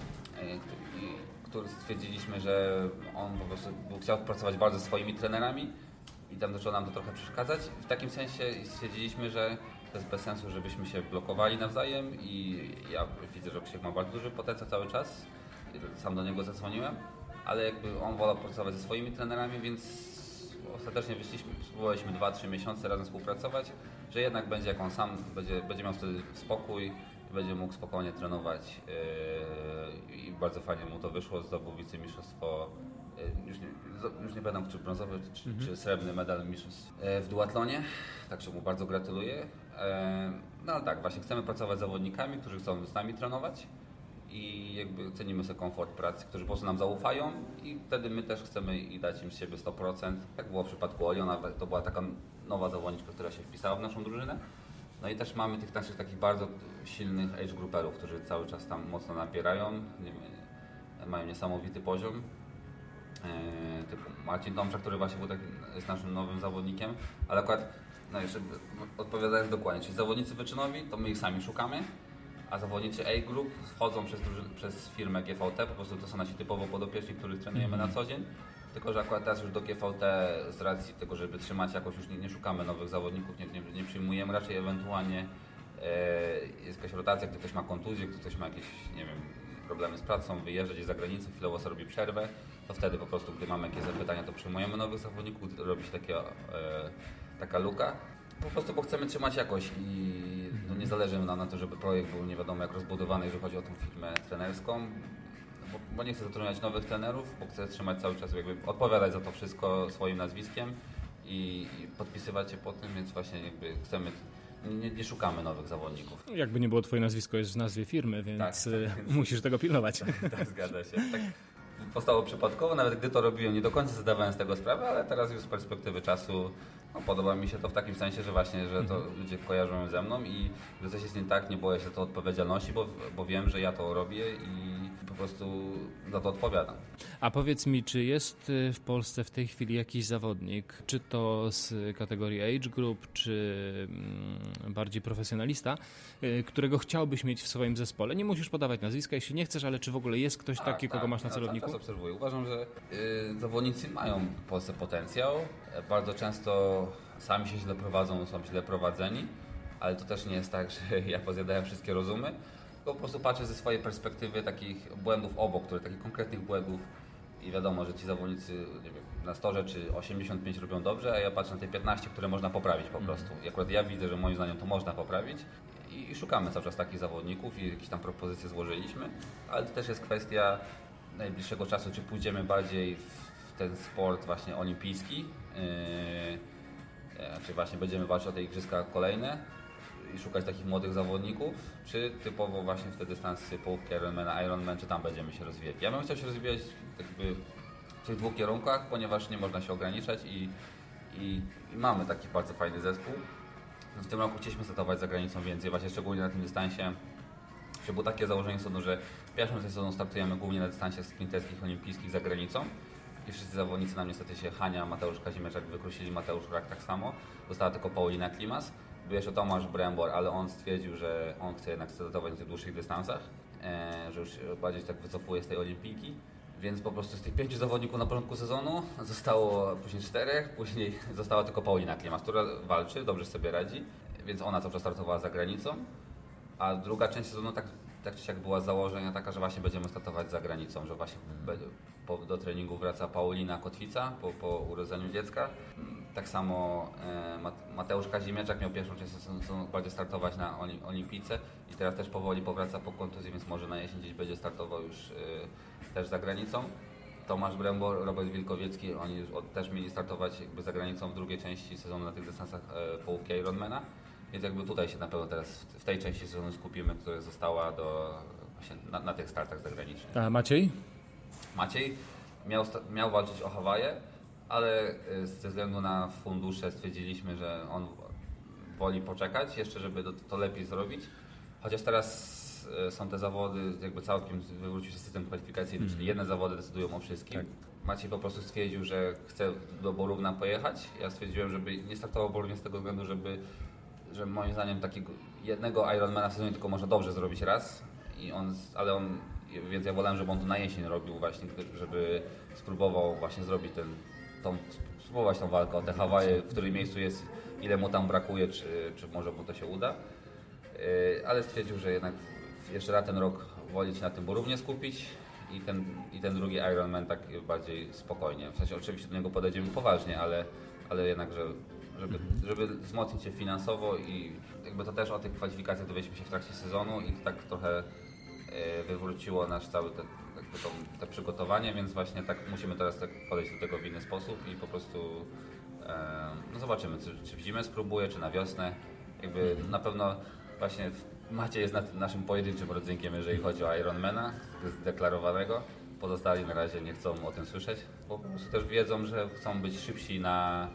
który stwierdziliśmy, że on po prostu chciał pracować bardzo ze swoimi trenerami i tam zaczęło nam to trochę przeszkadzać. W takim sensie stwierdziliśmy, że to jest bez sensu, żebyśmy się blokowali nawzajem i ja widzę, że Krzysiek ma bardzo duży potencjał cały czas. Sam do niego zadzwoniłem, ale jakby on wolał pracować ze swoimi trenerami, więc ostatecznie spróbowaliśmy 2-3 miesiące razem współpracować, że jednak będzie jak on sam, będzie miał wtedy spokój, będzie mógł spokojnie trenować i bardzo fajnie mu to wyszło, zdobył wicemistrzostwo, już nie pamiętam czy brązowy czy srebrny medal mistrzostw w duatlonie, także mu bardzo gratuluję. No ale tak, właśnie chcemy pracować z zawodnikami, którzy chcą z nami trenować. I jakby cenimy sobie komfort pracy, którzy po prostu nam zaufają i wtedy my też chcemy i dać im z siebie 100%. Tak było w przypadku Oli, to była taka nowa zawodniczka, która się wpisała w naszą drużynę. No i też mamy tych naszych takich bardzo silnych age grouperów, którzy cały czas tam mocno nabierają, mają niesamowity poziom. Typu Marcin Tomczak, który właśnie jest naszym nowym zawodnikiem, ale akurat, no jeszcze odpowiadając dokładnie, czyli zawodnicy wyczynowi, to my ich sami szukamy. A zawodnicy A-Group wchodzą przez firmę GVT, po prostu to są nasi typowo podopieczni, których trenujemy na co dzień. Tylko że akurat teraz już do GVT z racji tego, żeby trzymać jakoś już nie szukamy nowych zawodników, nie przyjmujemy, raczej ewentualnie jest jakaś rotacja, gdy ktoś ma kontuzję, gdy ktoś ma jakieś, nie wiem, problemy z pracą, wyjeżdża gdzieś za granicę, chwilowo sobie robi przerwę, to wtedy po prostu, gdy mamy jakieś zapytania, to przyjmujemy nowych zawodników, robi się taka luka. Po prostu, bo chcemy trzymać jakość i no nie zależy nam na to, żeby projekt był nie wiadomo jak rozbudowany, jeżeli chodzi o tą firmę trenerską, bo nie chcę zatrudniać nowych trenerów, bo chcę trzymać cały czas, jakby odpowiadać za to wszystko swoim nazwiskiem i podpisywać się po tym, więc właśnie jakby chcemy, nie szukamy nowych zawodników. Jakby nie było, twoje nazwisko jest w nazwie firmy, więc tak. Musisz tego pilnować. Tak, zgadza się. Tak. Powstało przypadkowo, nawet gdy to robiłem, nie do końca zdawałem z tego sprawę, ale teraz już z perspektywy czasu podoba mi się to w takim sensie, że właśnie, że to ludzie kojarzą ze mną i gdy coś jest nie tak, nie boję się to odpowiedzialności, bo wiem, że ja to robię i po prostu za to odpowiadam. A powiedz mi, czy jest w Polsce w tej chwili jakiś zawodnik, czy to z kategorii age group, czy bardziej profesjonalista, którego chciałbyś mieć w swoim zespole? Nie musisz podawać nazwiska, jeśli nie chcesz, ale czy w ogóle jest ktoś taki, kogo masz na celowniku? Ja obserwuję. Uważam, że zawodnicy mają w Polsce potencjał. Bardzo często sami się źle prowadzą, są źle prowadzeni, ale to też nie jest tak, że ja pozjadałem wszystkie rozumy, tylko po prostu patrzę ze swojej perspektywy takich błędów obok, takich konkretnych błędów i wiadomo, że ci zawodnicy nie wiem, na 100 rzeczy 85 robią dobrze, a ja patrzę na te 15, które można poprawić po prostu. I akurat ja widzę, że moim zdaniem to można poprawić i szukamy cały czas takich zawodników i jakieś tam propozycje złożyliśmy, ale to też jest kwestia najbliższego czasu, czy pójdziemy bardziej w ten sport właśnie olimpijski, czy właśnie będziemy walczyć o te igrzyska kolejne i szukać takich młodych zawodników, czy typowo właśnie w te dystansy połówki Ironman, czy tam będziemy się rozwijać. Ja bym chciał się rozwijać jakby w tych dwóch kierunkach, ponieważ nie można się ograniczać i mamy taki bardzo fajny zespół. W tym roku chcieliśmy startować za granicą więcej, właśnie szczególnie na tym dystansie. Było takie założenie sezonu, że w pierwszym sezonie startujemy głównie na dystansie sprinterskich olimpijskich za granicą i wszyscy zawodnicy nam niestety się Hania, Mateusz Kazimierzak wykrusili, Mateusz Rak tak samo. Została tylko Paulina Klimas. Był jeszcze Tomasz Brembor, ale on stwierdził, że on chce jednak startować na tych dłuższych dystansach, że już bardziej tak wycofuje z tej olimpijki. Więc po prostu z tych 5 zawodników na początku sezonu zostało później 4, później została tylko Paulina Klimas, która walczy, dobrze sobie radzi, więc ona cały czas startowała za granicą. A druga część sezonu tak czy siak była z założenia taka, że właśnie będziemy startować za granicą, że właśnie do treningu wraca Paulina Kotwica po urodzeniu dziecka. Tak samo Mateusz Kazimierzak miał pierwszą część sezonu bardziej startować na olimpijce i teraz też powoli powraca po kontuzji, więc może na jesień gdzieś będzie startował już też za granicą. Tomasz Brembo, Robert Wilkowiecki, oni już też mieli startować jakby za granicą w drugiej części sezonu na tych dystansach połówki Ironmana, więc jakby tutaj się na pewno teraz w tej części sezonu skupimy, która została właśnie na tych startach zagranicznych. A Maciej? Maciej miał walczyć o Hawaje, ale ze względu na fundusze stwierdziliśmy, że on woli poczekać jeszcze, żeby to lepiej zrobić. Chociaż teraz są te zawody, jakby całkiem wywrócił się system kwalifikacyjny, czyli jedne zawody decydują o wszystkim. Tak. Maciej po prostu stwierdził, że chce do Borówna pojechać. Ja stwierdziłem, żeby nie startował Borównie z tego względu, że moim zdaniem takiego jednego Ironmana w sezonie tylko można dobrze zrobić raz. Więc ja wolałem, żeby on to na jesień robił właśnie, żeby spróbował właśnie zrobić spróbować tą walkę o te Hawaje, w którym miejscu jest, ile mu tam brakuje, czy może mu to się uda. Ale stwierdził, że jednak jeszcze na ten rok woli się na tym Borównie skupić i ten drugi Ironman tak bardziej spokojnie. W sensie oczywiście do niego podejdziemy poważnie, ale jednak, żeby wzmocnić się finansowo i jakby to też o tych kwalifikacjach dowiedzieliśmy się w trakcie sezonu i tak trochę wywróciło nasz cały te przygotowanie, więc właśnie tak musimy teraz tak podejść do tego w inny sposób i po prostu zobaczymy, czy w zimę spróbuję, czy na wiosnę. Jakby na pewno właśnie Maciej jest naszym pojedynczym rodzynkiem, jeżeli chodzi o Ironmana zdeklarowanego. Pozostali na razie nie chcą o tym słyszeć, bo po prostu też wiedzą, że chcą być szybsi na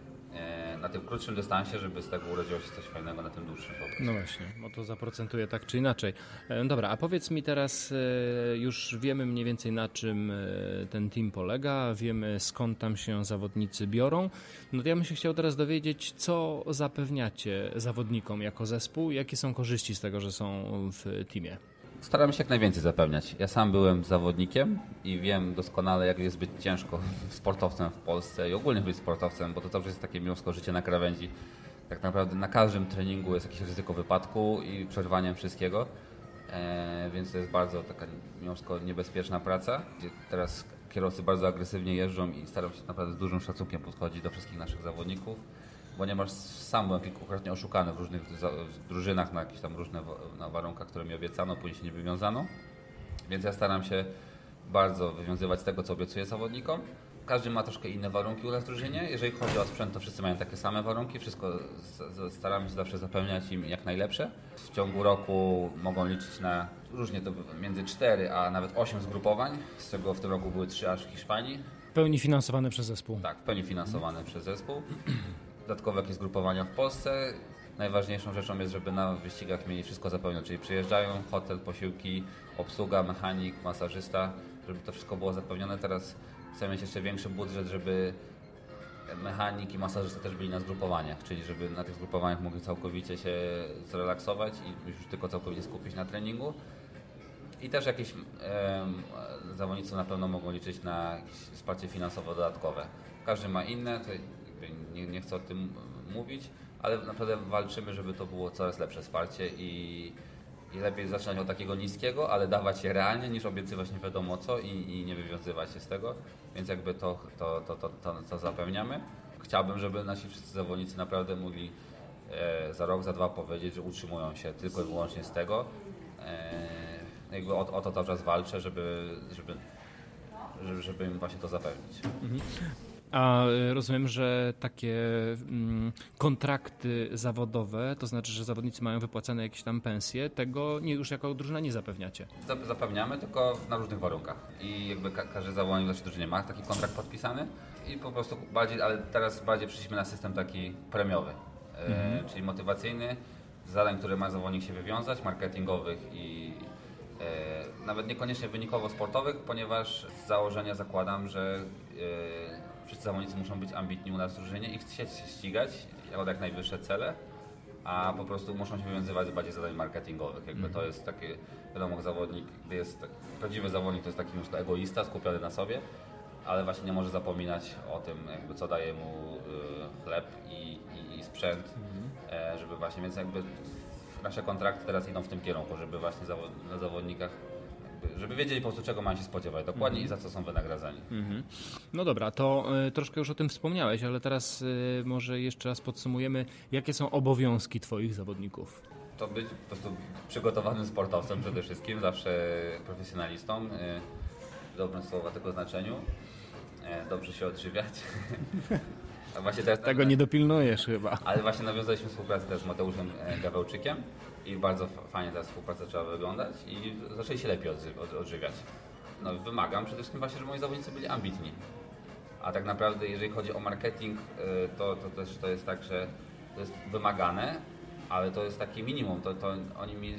tym krótszym dystansie, żeby z tego urodziło się coś fajnego na tym dłuższym. No właśnie, bo to zaprocentuje tak czy inaczej. Dobra, a powiedz mi teraz, już wiemy mniej więcej na czym ten team polega, wiemy skąd tam się zawodnicy biorą. No to ja bym się chciał teraz dowiedzieć, co zapewniacie zawodnikom jako zespół, jakie są korzyści z tego, że są w teamie? Staramy się jak najwięcej zapewniać. Ja sam byłem zawodnikiem i wiem doskonale, jak jest być ciężko sportowcem w Polsce i ogólnie być sportowcem, bo to zawsze jest takie mimo życie na krawędzi. Tak naprawdę na każdym treningu jest jakieś ryzyko wypadku i przerwania wszystkiego, więc to jest bardzo taka mimo niebezpieczna praca. Teraz kierowcy bardzo agresywnie jeżdżą i staram się naprawdę z dużym szacunkiem podchodzić do wszystkich naszych zawodników, ponieważ sam byłem kilkukrotnie oszukany w różnych drużynach na jakieś tam różne warunkach, które mi obiecano, później się nie wywiązano. Więc ja staram się bardzo wywiązywać z tego, co obiecuję zawodnikom. Każdy ma troszkę inne warunki u nas w drużynie. Jeżeli chodzi o sprzęt, to wszyscy mają takie same warunki. Wszystko staramy się zawsze zapewniać im jak najlepsze. W ciągu roku mogą liczyć na różnie to między 4 a nawet 8 zgrupowań, z czego w tym roku były 3 aż w Hiszpanii. W pełni finansowane przez zespół. Tak, w pełni finansowane przez zespół. Dodatkowo jakieś zgrupowania w Polsce. Najważniejszą rzeczą jest, żeby na wyścigach mieli wszystko zapewnione, czyli przyjeżdżają, hotel, posiłki, obsługa, mechanik, masażysta, żeby to wszystko było zapewnione. Teraz chcemy mieć jeszcze większy budżet, żeby mechanik i masażysta też byli na zgrupowaniach, czyli żeby na tych zgrupowaniach mogli całkowicie się zrelaksować i już tylko całkowicie skupić na treningu. I też jakieś zawodnicy na pewno mogą liczyć na jakieś wsparcie finansowe dodatkowe. Każdy ma inne, to nie chcę o tym mówić, ale naprawdę walczymy, żeby to było coraz lepsze wsparcie i lepiej zaczynać od takiego niskiego, ale dawać je realnie, niż obiecywać nie wiadomo co i nie wywiązywać się z tego, więc jakby to zapewniamy. Chciałbym, żeby nasi wszyscy zawodnicy naprawdę mogli za rok, za 2 powiedzieć, że utrzymują się tylko i wyłącznie z tego. Jakby o to cały czas walczę, żeby im właśnie to zapewnić. A rozumiem, że takie kontrakty zawodowe, to znaczy, że zawodnicy mają wypłacane jakieś tam pensje, tego już jako drużyna nie zapewniacie? Zapewniamy, tylko na różnych warunkach. I jakby każdy zawodnik w naszej drużynie ma taki kontrakt podpisany i po prostu ale teraz bardziej przeszliśmy na system taki premiowy, czyli motywacyjny, zadań, które ma zawodnik się wywiązać, marketingowych i nawet niekoniecznie wynikowo-sportowych, ponieważ z założenia zakładam, że wszyscy zawodnicy muszą być ambitni u nas w drużynie i chcieć się ścigać o jak najwyższe cele, a po prostu muszą się wywiązywać z bardziej zadań marketingowych. Jakby to jest takie, wiadomo, zawodnik, gdy jest prawdziwy zawodnik, to jest taki egoista, skupiony na sobie, ale właśnie nie może zapominać o tym, jakby co daje mu chleb i sprzęt, żeby właśnie, więc jakby nasze kontrakty teraz idą w tym kierunku, żeby właśnie na zawodnikach, żeby wiedzieli po prostu czego mają się spodziewać dokładnie i za co są wynagradzani. No dobra, to troszkę już o tym wspomniałeś, ale teraz może jeszcze raz podsumujemy, jakie są obowiązki Twoich zawodników? To być po prostu przygotowanym sportowcem przede wszystkim, zawsze profesjonalistą. w dobrym słowa tego znaczeniu, dobrze się odżywiać. A właśnie teraz, Tego nie dopilnujesz chyba. Ale właśnie nawiązaliśmy współpracę też z Mateuszem Gawełczykiem i bardzo fajnie ta współpraca trzeba wyglądać i zaczęli się lepiej odżywiać. No, wymagam przede wszystkim właśnie, żeby moi zawodnicy byli ambitni. A tak naprawdę jeżeli chodzi o marketing, to też to jest tak, że to jest wymagane, ale to jest takie minimum. To oni mi,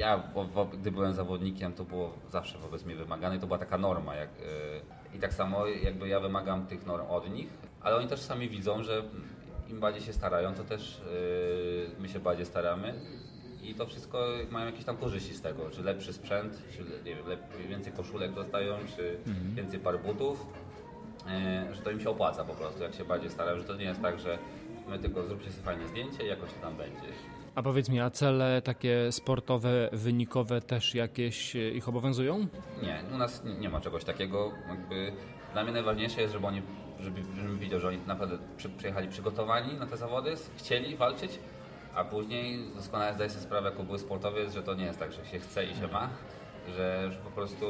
gdy byłem zawodnikiem, to było zawsze wobec mnie wymagane i to była taka norma. I tak samo jakby ja wymagam tych norm od nich, ale oni też sami widzą, że im bardziej się starają, to też my się bardziej staramy i to wszystko mają jakieś tam korzyści z tego, czy lepszy sprzęt, czy nie wiem, więcej koszulek dostają, czy więcej par butów, że to im się opłaca po prostu, jak się bardziej starają, że to nie jest tak, że my tylko zróbcie sobie fajne zdjęcie i jakoś to tam będzie. A powiedz mi, a cele takie sportowe, wynikowe też jakieś ich obowiązują? Nie, u nas nie ma czegoś takiego. Jakby dla mnie najważniejsze jest, żebym widział, że oni naprawdę przyjechali przygotowani na te zawody, chcieli walczyć, a później doskonale zdaję sobie sprawę jako były sportowiec, że to nie jest tak, że się chce i się ma, że po prostu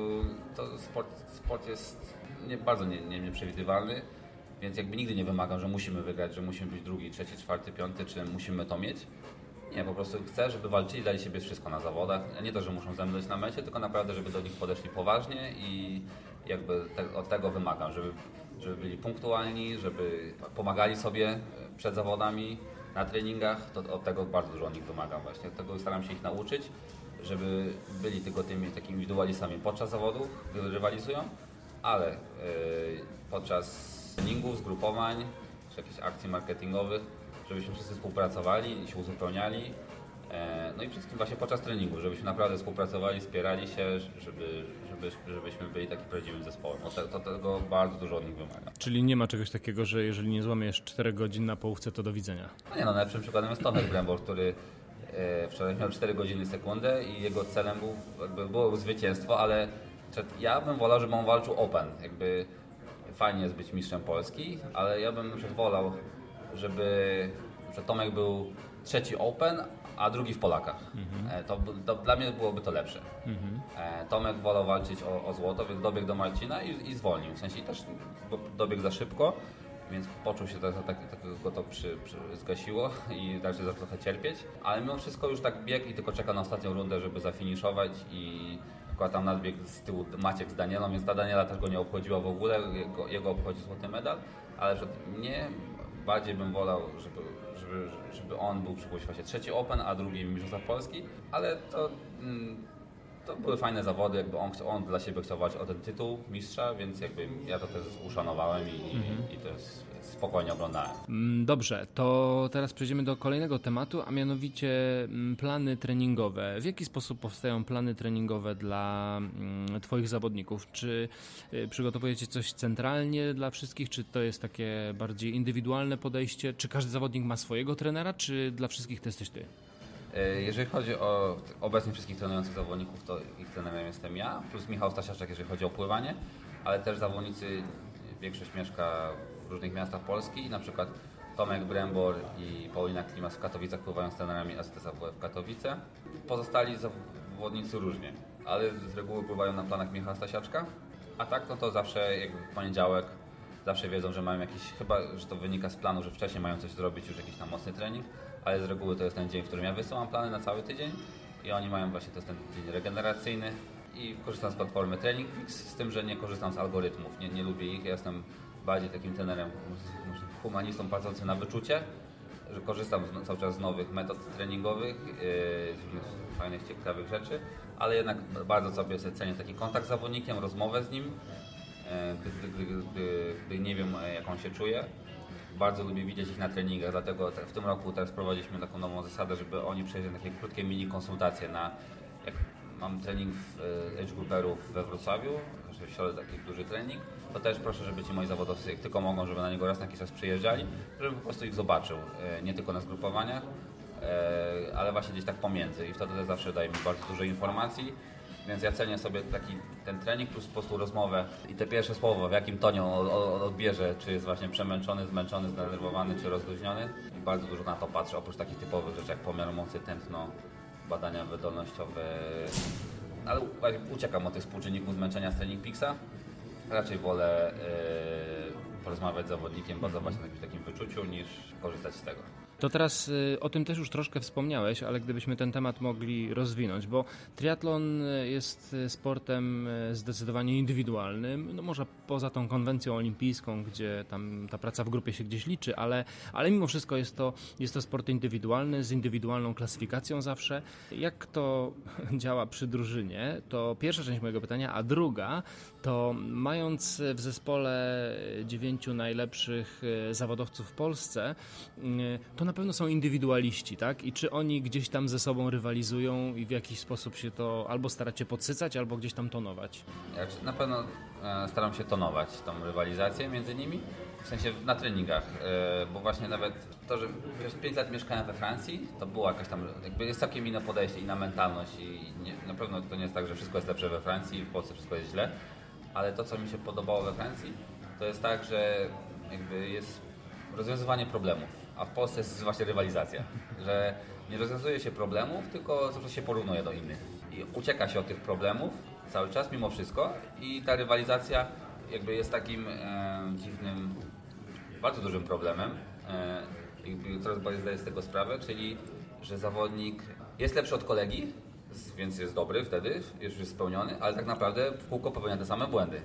to sport jest bardzo nieprzewidywalny, więc jakby nigdy nie wymagam, że musimy wygrać, że musimy być drugi, trzeci, czwarty, piąty, czy musimy to mieć. Nie, po prostu chcę, żeby walczyli, dali siebie wszystko na zawodach. Nie to, że muszą zemdleć na mecie, tylko naprawdę, żeby do nich podeszli poważnie i jakby od tego wymagam, żeby byli punktualni, żeby pomagali sobie przed zawodami, na treningach. To od tego bardzo dużo od nich wymagam właśnie. Od tego staram się ich nauczyć, żeby byli tylko tymi takimi indywidualistami podczas zawodów, gdy rywalizują, ale podczas treningów, zgrupowań, czy jakichś akcji marketingowych, żebyśmy wszyscy współpracowali i się uzupełniali. No i wszystkim właśnie podczas treningu, żebyśmy naprawdę współpracowali, wspierali się, żebyśmy byli takim prawdziwym zespołem. To tego bardzo dużo od nich wymaga. Czyli nie ma czegoś takiego, że jeżeli nie złamiesz 4 godzin na połówce, to do widzenia? No nie, najlepszym przykładem jest Tomek Brembor, który wczoraj miał 4 godziny sekundę i jego celem było zwycięstwo, ale ja bym wolał, żeby on walczył open. Jakby fajnie jest być mistrzem Polski, ale ja bym wolał, żeby Tomek był trzeci open, a drugi w Polakach. To dla mnie byłoby to lepsze. Tomek wolał walczyć o złoto, więc dobiegł do Marcina i zwolnił. W sensie też dobiegł za szybko, więc poczuł się takiego to zgasiło i także zaczął trochę cierpieć. Ale mimo wszystko już tak biegł i tylko czeka na ostatnią rundę, żeby zafiniszować i akurat tam nadbiegł z tyłu Maciek z Danielą, więc ta Daniela też go nie obchodziła w ogóle, jego obchodzi złoty medal, ale że mnie bardziej bym wolał, żeby on był przy właśnie trzeci Open, a drugi Mistrzostwa Polski, ale to były fajne zawody, jakby on dla siebie chciał walczyć o ten tytuł mistrza, więc jakby ja to też uszanowałem i to jest spokojnie oglądałem. Dobrze, to teraz przejdziemy do kolejnego tematu, a mianowicie plany treningowe. W jaki sposób powstają plany treningowe dla Twoich zawodników? Czy przygotowujecie coś centralnie dla wszystkich, czy to jest takie bardziej indywidualne podejście? Czy każdy zawodnik ma swojego trenera, czy dla wszystkich to jesteś Ty? Jeżeli chodzi o obecnie wszystkich trenujących zawodników, to ich trenerem jestem ja, plus Michał Stasiaczek, jeżeli chodzi o pływanie, ale też zawodnicy, większość mieszka w różnych miastach Polski i na przykład Tomek Brembor i Paulina Klimas w Katowicach pływają z trenerami STS AWF Katowice. Pozostali zawodnicy różnie, ale z reguły pływają na planach Michała Stasiaczka, a tak no to zawsze jakby w poniedziałek zawsze wiedzą, że mają jakiś, chyba że to wynika z planu, że wcześniej mają coś zrobić, już jakiś tam mocny trening, ale z reguły to jest ten dzień, w którym ja wysyłam plany na cały tydzień i oni mają właśnie, to jest ten dzień regeneracyjny i korzystam z platformy Training Mix, z tym, że nie korzystam z algorytmów, nie lubię ich, ja jestem bardziej takim trenerem, humanistą patrzącym na wyczucie, że korzystam cały czas z nowych metod treningowych, z fajnych, ciekawych rzeczy, ale jednak bardzo sobie cenię taki kontakt z zawodnikiem, rozmowę z nim, gdy nie wiem, jak on się czuje. Bardzo lubię widzieć ich na treningach, dlatego w tym roku teraz wprowadziliśmy taką nową zasadę, żeby oni przejść takie krótkie mini konsultacje jak mam trening age grouperów we Wrocławiu, w środę taki duży trening, to też proszę, żeby ci moi zawodowcy, jak tylko mogą, żeby na niego raz na jakiś czas przyjeżdżali, żebym po prostu ich zobaczył, nie tylko na zgrupowaniach, ale właśnie gdzieś tak pomiędzy i wtedy też zawsze daje mi bardzo dużo informacji. Więc ja cenię sobie ten trening plus po prostu rozmowę i te pierwsze słowo, w jakim tonie on odbierze, czy jest właśnie przemęczony, zmęczony, zdenerwowany, czy rozluźniony. I bardzo dużo na to patrzę, oprócz takich typowych rzeczy jak pomiar mocy, tętno, badania wydolnościowe, ale uciekam od tych współczynników zmęczenia z Training Peaksa. Raczej wolę porozmawiać z zawodnikiem, bazować na jakimś takim wyczuciu, niż korzystać z tego. To teraz o tym też już troszkę wspomniałeś, ale gdybyśmy ten temat mogli rozwinąć, bo triatlon jest sportem zdecydowanie indywidualnym, no może poza tą konwencją olimpijską, gdzie tam ta praca w grupie się gdzieś liczy, ale mimo wszystko jest to sport indywidualny, z indywidualną klasyfikacją zawsze. Jak to działa przy drużynie? To pierwsza część mojego pytania, a druga to mając w zespole 9 najlepszych zawodowców w Polsce, to na pewno są indywidualiści, tak? I czy oni gdzieś tam ze sobą rywalizują i w jakiś sposób się to albo staracie podsycać, albo gdzieś tam tonować? Ja na pewno staram się tonować tą rywalizację między nimi, w sensie na treningach, bo właśnie nawet to, że przez 5 lat mieszkałem we Francji, to było jakaś tam, jakby jest całkiem inne podejście, inna mentalność i na pewno to nie jest tak, że wszystko jest lepsze we Francji i w Polsce wszystko jest źle, ale to, co mi się podobało we Francji, to jest tak, że jakby jest rozwiązywanie problemów. A w Polsce jest właśnie rywalizacja, że nie rozwiązuje się problemów, tylko zawsze się porównuje do innych. I ucieka się od tych problemów cały czas, mimo wszystko. I ta rywalizacja jakby jest takim dziwnym, bardzo dużym problemem. Coraz bardziej zdaję z tego sprawę, czyli że zawodnik jest lepszy od kolegi, więc jest dobry wtedy, już jest spełniony, ale tak naprawdę w kółko popełnia te same błędy.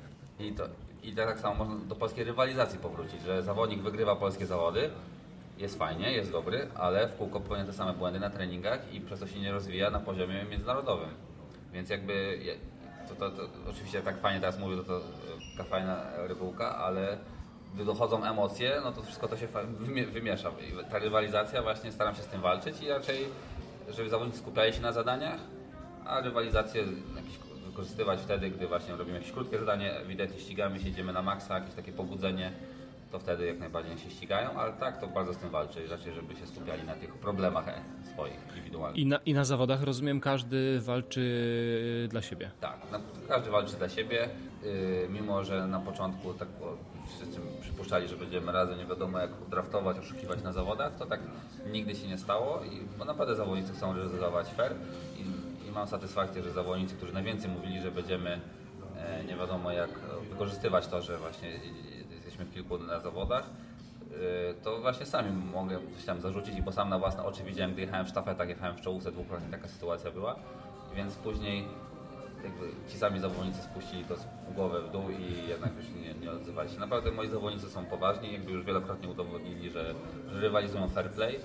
I tak samo można do polskiej rywalizacji powrócić, że zawodnik wygrywa polskie zawody, jest fajnie, jest dobry, ale w kółko popełnia te same błędy na treningach i przez to się nie rozwija na poziomie międzynarodowym. Więc jakby, to oczywiście tak fajnie teraz mówię, to taka fajna regułka, ale gdy dochodzą emocje, no to wszystko to się wymiesza. I ta rywalizacja, właśnie staram się z tym walczyć i raczej, żeby zawodnicy skupiali się na zadaniach, a rywalizację wykorzystywać wtedy, gdy właśnie robimy jakieś krótkie zadanie, ewidentnie ścigamy się, idziemy na maksa, jakieś takie pobudzenie, to wtedy jak najbardziej się ścigają, ale tak, to bardzo z tym walczy, raczej żeby się skupiali na tych problemach swoich indywidualnych. I na zawodach, rozumiem, każdy walczy dla siebie. Tak, każdy walczy dla siebie, mimo że na początku tak wszyscy przypuszczali, że będziemy razem, nie wiadomo jak draftować, oszukiwać na zawodach, to tak nigdy się nie stało, bo naprawdę zawodnicy chcą realizować fair i mam satysfakcję, że zawodnicy, którzy najwięcej mówili, że będziemy nie wiadomo jak wykorzystywać to, że właśnie jesteśmy w kilku na zawodach, to właśnie sami mogę coś tam zarzucić, bo sam na własne oczy widziałem, gdy jechałem w sztafetach, jechałem w czołówce, dwukrotnie taka sytuacja była, więc później jakby ci sami zawodnicy spuścili to głowę w dół i jednak już nie odzywali się. Naprawdę moi zawodnicy są poważni, jakby już wielokrotnie udowodnili, że rywalizują fair play.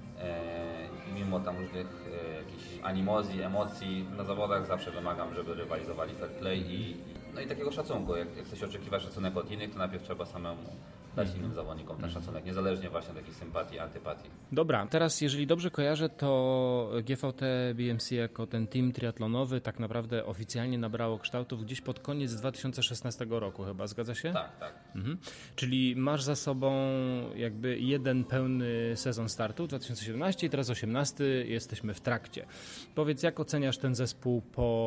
I mimo tam różnych jakichś animozji, emocji na zawodach zawsze wymagam, żeby rywalizowali fair play i takiego szacunku. Jak chce się oczekiwać szacunek od innych, to najpierw trzeba samemu dać innym zawodnikom ten szacunek, niezależnie właśnie od jakiejś sympatii, antypatii. Dobra, teraz jeżeli dobrze kojarzę, to GVT BMC jako ten team triatlonowy tak naprawdę oficjalnie nabrało kształtów gdzieś pod koniec 2016 roku chyba, zgadza się? Tak, tak. Mhm. Czyli masz za sobą jakby jeden pełny sezon startu, 2017 i teraz 2018, jesteśmy w trakcie. Powiedz, jak oceniasz ten zespół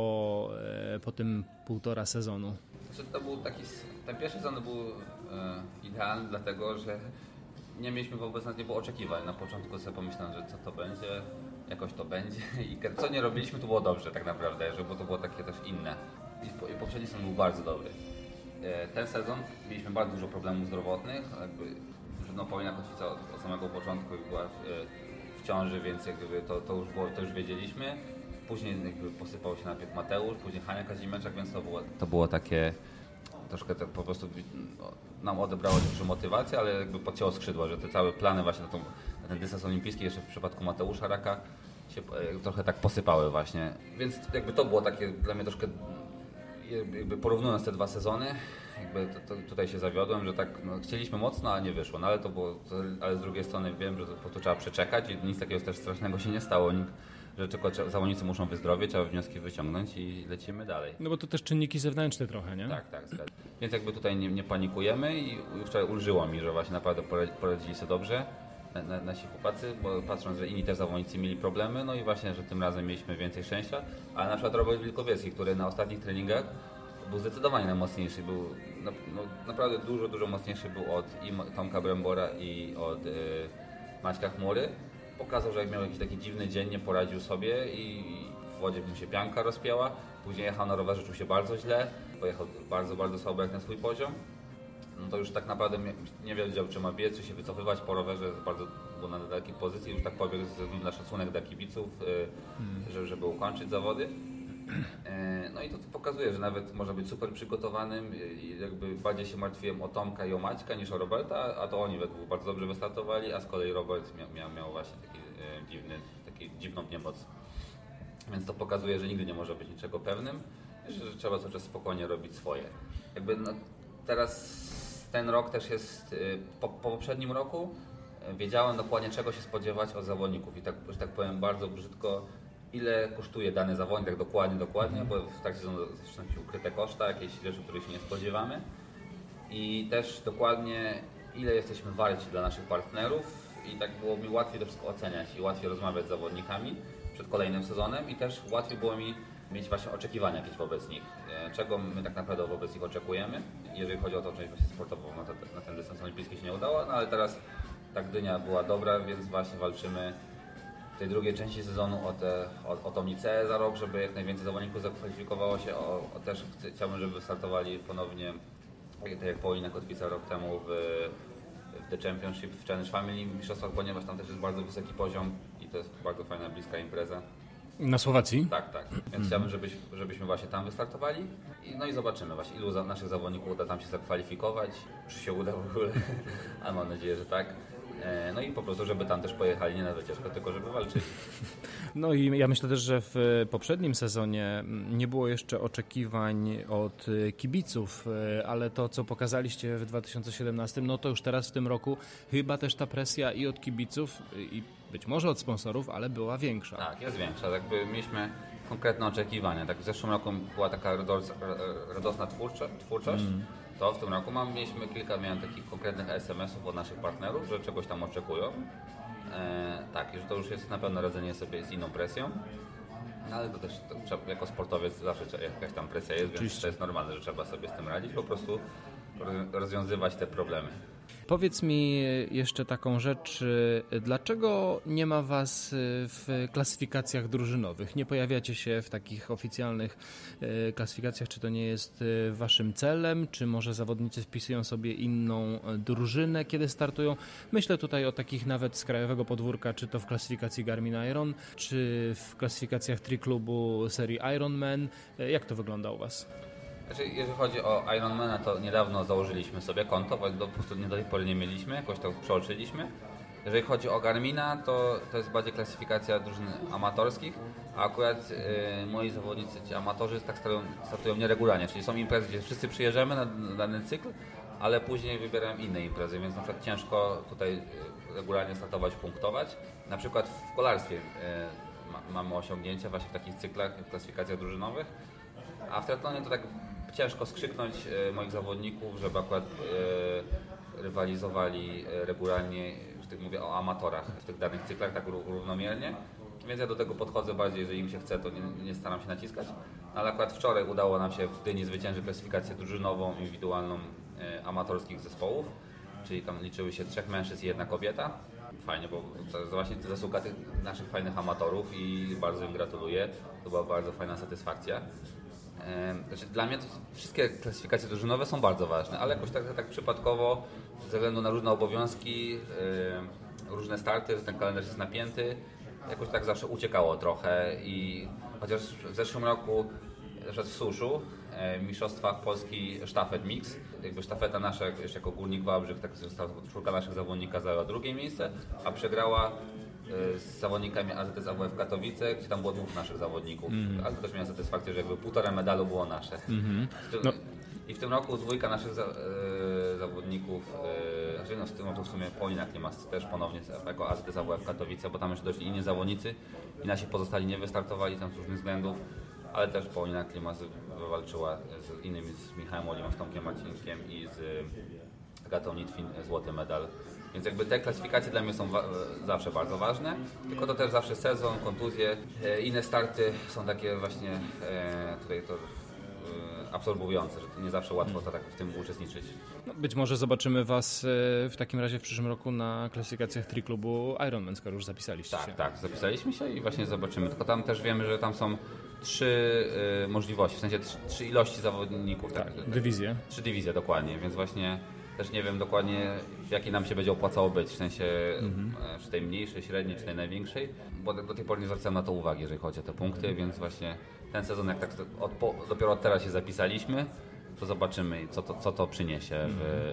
po tym 1,5 sezonu? To był ten pierwszy sezon był idealny, dlatego że nie mieliśmy wobec nas, nie było oczekiwań. Na początku sobie pomyślałem, że co to będzie, jakoś to będzie i co nie robiliśmy, to było dobrze tak naprawdę, bo to było takie też inne. I poprzedni sezon był bardzo dobry. Ten sezon mieliśmy bardzo dużo problemów zdrowotnych, jakby Paulina Kotwica od samego początku była w ciąży, więc jakby to już wiedzieliśmy. Później jakby posypał się najpierw Mateusz, później Hania Kazimierczak, więc to było takie troszkę po prostu nam odebrało dużo motywacji, ale jakby podcięło skrzydła, że te całe plany właśnie na ten dystans olimpijski jeszcze w przypadku Mateusza Raka się trochę tak posypały właśnie. Więc jakby to było takie dla mnie troszkę, jakby porównując te 2 sezony, jakby tutaj się zawiodłem, że tak chcieliśmy mocno, a nie wyszło. No ale to było, ale z drugiej strony wiem, że to trzeba przeczekać i nic takiego też strasznego się nie stało. Że tylko zawodnicy muszą wyzdrowieć, trzeba wnioski wyciągnąć i lecimy dalej. No bo to też czynniki zewnętrzne trochę, nie? Tak, zgadzam. Więc jakby tutaj nie panikujemy i wczoraj ulżyło mi, że właśnie naprawdę poradzili sobie dobrze nasi chłopacy, bo patrząc, że inni też zawodnicy mieli problemy, no i właśnie, że tym razem mieliśmy więcej szczęścia, ale na przykład Robert Wilkowiecki, który na ostatnich treningach był zdecydowanie najmocniejszy, był naprawdę dużo mocniejszy był od i Tomka Brembora i od Maćka Chmury. Pokazał, że jak miał jakiś taki dziwny dzień, nie poradził sobie i wodzie mu się pianka rozpięła, później jechał na rowerze, czuł się bardzo źle, pojechał bardzo, bardzo słabo jak na swój poziom. No to już tak naprawdę nie wiedział, czy ma biec, czy się wycofywać po rowerze, bardzo był na dalekiej pozycji, już tak pobiegł ze względu na szacunek dla kibiców, żeby ukończyć zawody. No i to pokazuje, że nawet można być super przygotowanym i jakby bardziej się martwiłem o Tomka i o Maćka niż o Roberta, a to oni we dwóch bardzo dobrze wystartowali, a z kolei Robert miał właśnie taki dziwną niemoc. Więc to pokazuje, że nigdy nie może być niczego pewnym, że trzeba cały czas spokojnie robić swoje. Jakby teraz ten rok też jest, po poprzednim roku wiedziałem dokładnie czego się spodziewać od zawodników i tak, że tak powiem bardzo brzydko, ile kosztuje dany zawodnik, tak dokładnie, bo w trakcie sezonu są jakieś ukryte koszta, jakieś rzeczy, których się nie spodziewamy i też dokładnie ile jesteśmy warci dla naszych partnerów i tak było mi łatwiej to wszystko oceniać i łatwiej rozmawiać z zawodnikami przed kolejnym sezonem i też łatwiej było mi mieć właśnie oczekiwania jakieś wobec nich, czego my tak naprawdę wobec nich oczekujemy, jeżeli chodzi o tą część właśnie sportową, na ten dystans olimpijski się nie udało, no ale teraz ta Gdynia była dobra, więc właśnie walczymy w tej drugiej części sezonu o tą liceę za rok, żeby jak najwięcej zawodników zakwalifikowało się, też chciałbym, żeby wystartowali ponownie, tak jak Paulina Kotwica rok temu w The Championship, w Challenge Family mistrzostwach, ponieważ tam też jest bardzo wysoki poziom i to jest bardzo fajna, bliska impreza. Na Słowacji? Tak. Więc chciałbym, żebyśmy właśnie tam wystartowali. No i zobaczymy właśnie, ilu naszych zawodników uda tam się zakwalifikować. Czy się uda w ogóle, a mam nadzieję, że tak. No i po prostu, żeby tam też pojechali nie na wycieczkę, tylko żeby walczyć. No i ja myślę też, że w poprzednim sezonie nie było jeszcze oczekiwań od kibiców, ale to, co pokazaliście w 2017, no to już teraz w tym roku chyba też ta presja i od kibiców, i być może od sponsorów, ale była większa. Tak, jest większa. Jakby mieliśmy konkretne oczekiwania. Tak w zeszłym roku była taka radosna twórczość. To w tym roku mieliśmy miałem takich konkretnych SMS-ów od naszych partnerów, że czegoś tam oczekują. Tak, i że to już jest na pewno radzenie sobie z inną presją. No, ale to też jako sportowiec zawsze jakaś tam presja jest, więc to jest normalne, że trzeba sobie z tym radzić, po prostu rozwiązywać te problemy. Powiedz mi jeszcze taką rzecz, dlaczego nie ma Was w klasyfikacjach drużynowych? Nie pojawiacie się w takich oficjalnych klasyfikacjach, czy to nie jest Waszym celem, czy może zawodnicy wpisują sobie inną drużynę, kiedy startują? Myślę tutaj o takich nawet z krajowego podwórka, czy to w klasyfikacji Garmin Iron, czy w klasyfikacjach Triklubu serii Ironman. Jak to wygląda u Was? Jeżeli chodzi o Ironmana, to niedawno założyliśmy sobie konto, bo po prostu do tej pory nie mieliśmy, jakoś to przeoczyliśmy. Jeżeli chodzi o Garmina, to jest bardziej klasyfikacja drużyn amatorskich, a akurat moi zawodnicy, ci amatorzy, tak startują nieregularnie, czyli są imprezy, gdzie wszyscy przyjeżdżamy na dany cykl, ale później wybierają inne imprezy, więc na przykład ciężko tutaj regularnie startować, punktować. Na przykład w kolarstwie mamy osiągnięcia właśnie w takich cyklach, w klasyfikacjach drużynowych, a w triatlonie to tak ciężko skrzyknąć moich zawodników, żeby akurat rywalizowali regularnie, że tak mówię o amatorach w tych danych cyklach tak równomiernie. Więc ja do tego podchodzę bardziej, jeżeli im się chce, to nie staram się naciskać. Ale akurat wczoraj udało nam się w Gdyni zwyciężyć klasyfikację drużynową, indywidualną amatorskich zespołów, czyli tam liczyły się 3 mężczyzn i 1 kobieta. Fajnie, bo to jest właśnie zasługa tych naszych fajnych amatorów i bardzo im gratuluję. To była bardzo fajna satysfakcja. Znaczy, dla mnie to wszystkie klasyfikacje drużynowe są bardzo ważne, ale jakoś tak przypadkowo, ze względu na różne obowiązki, różne starty, że ten kalendarz jest napięty, jakoś tak zawsze uciekało trochę i chociaż w zeszłym roku, na przykład w Suszu, mistrzostwach Polski sztafet mix, jakby sztafeta nasza, jeszcze jako Górnik Wałbrzych, tak została 4 naszych zawodnika zajęła 2. miejsce, a przegrała z zawodnikami AZS AWF Katowice, gdzie tam było 2 naszych zawodników, ale to też miałem satysfakcję, że jakby 1,5 medalu było nasze. I w tym roku 2 naszych zawodników, w tym roku w sumie Paulina Klimas też ponownie jako AZS AWF Katowice, bo tam jeszcze doszli inni zawodnicy i nasi pozostali nie wystartowali tam z różnych względów, ale też Paulina Klimas wywalczyła z innymi, z Michałem Olimą, z Tomkiem Marcinkiem i z Agatą Nitwin złoty medal. Więc jakby te klasyfikacje dla mnie są zawsze bardzo ważne, tylko to też zawsze sezon, kontuzje, inne starty są takie właśnie, tutaj to absorbujące, że to nie zawsze łatwo to tak w tym uczestniczyć. No, być może zobaczymy Was w takim razie w przyszłym roku na klasyfikacjach Triklubu Ironman, skoro już zapisaliście się. Tak, zapisaliśmy się i właśnie zobaczymy. Tylko tam też wiemy, że tam są 3 możliwości, w sensie 3 ilości zawodników. Tak, dywizje. 3 dywizje dokładnie, więc właśnie też nie wiem dokładnie, w jakiej nam się będzie opłacało być, w sensie czy tej mniejszej, średniej, czy tej największej, bo do tej pory nie zwracałem na to uwagi, jeżeli chodzi o te punkty, więc właśnie ten sezon, jak tak dopiero od teraz się zapisaliśmy, to zobaczymy, co to przyniesie,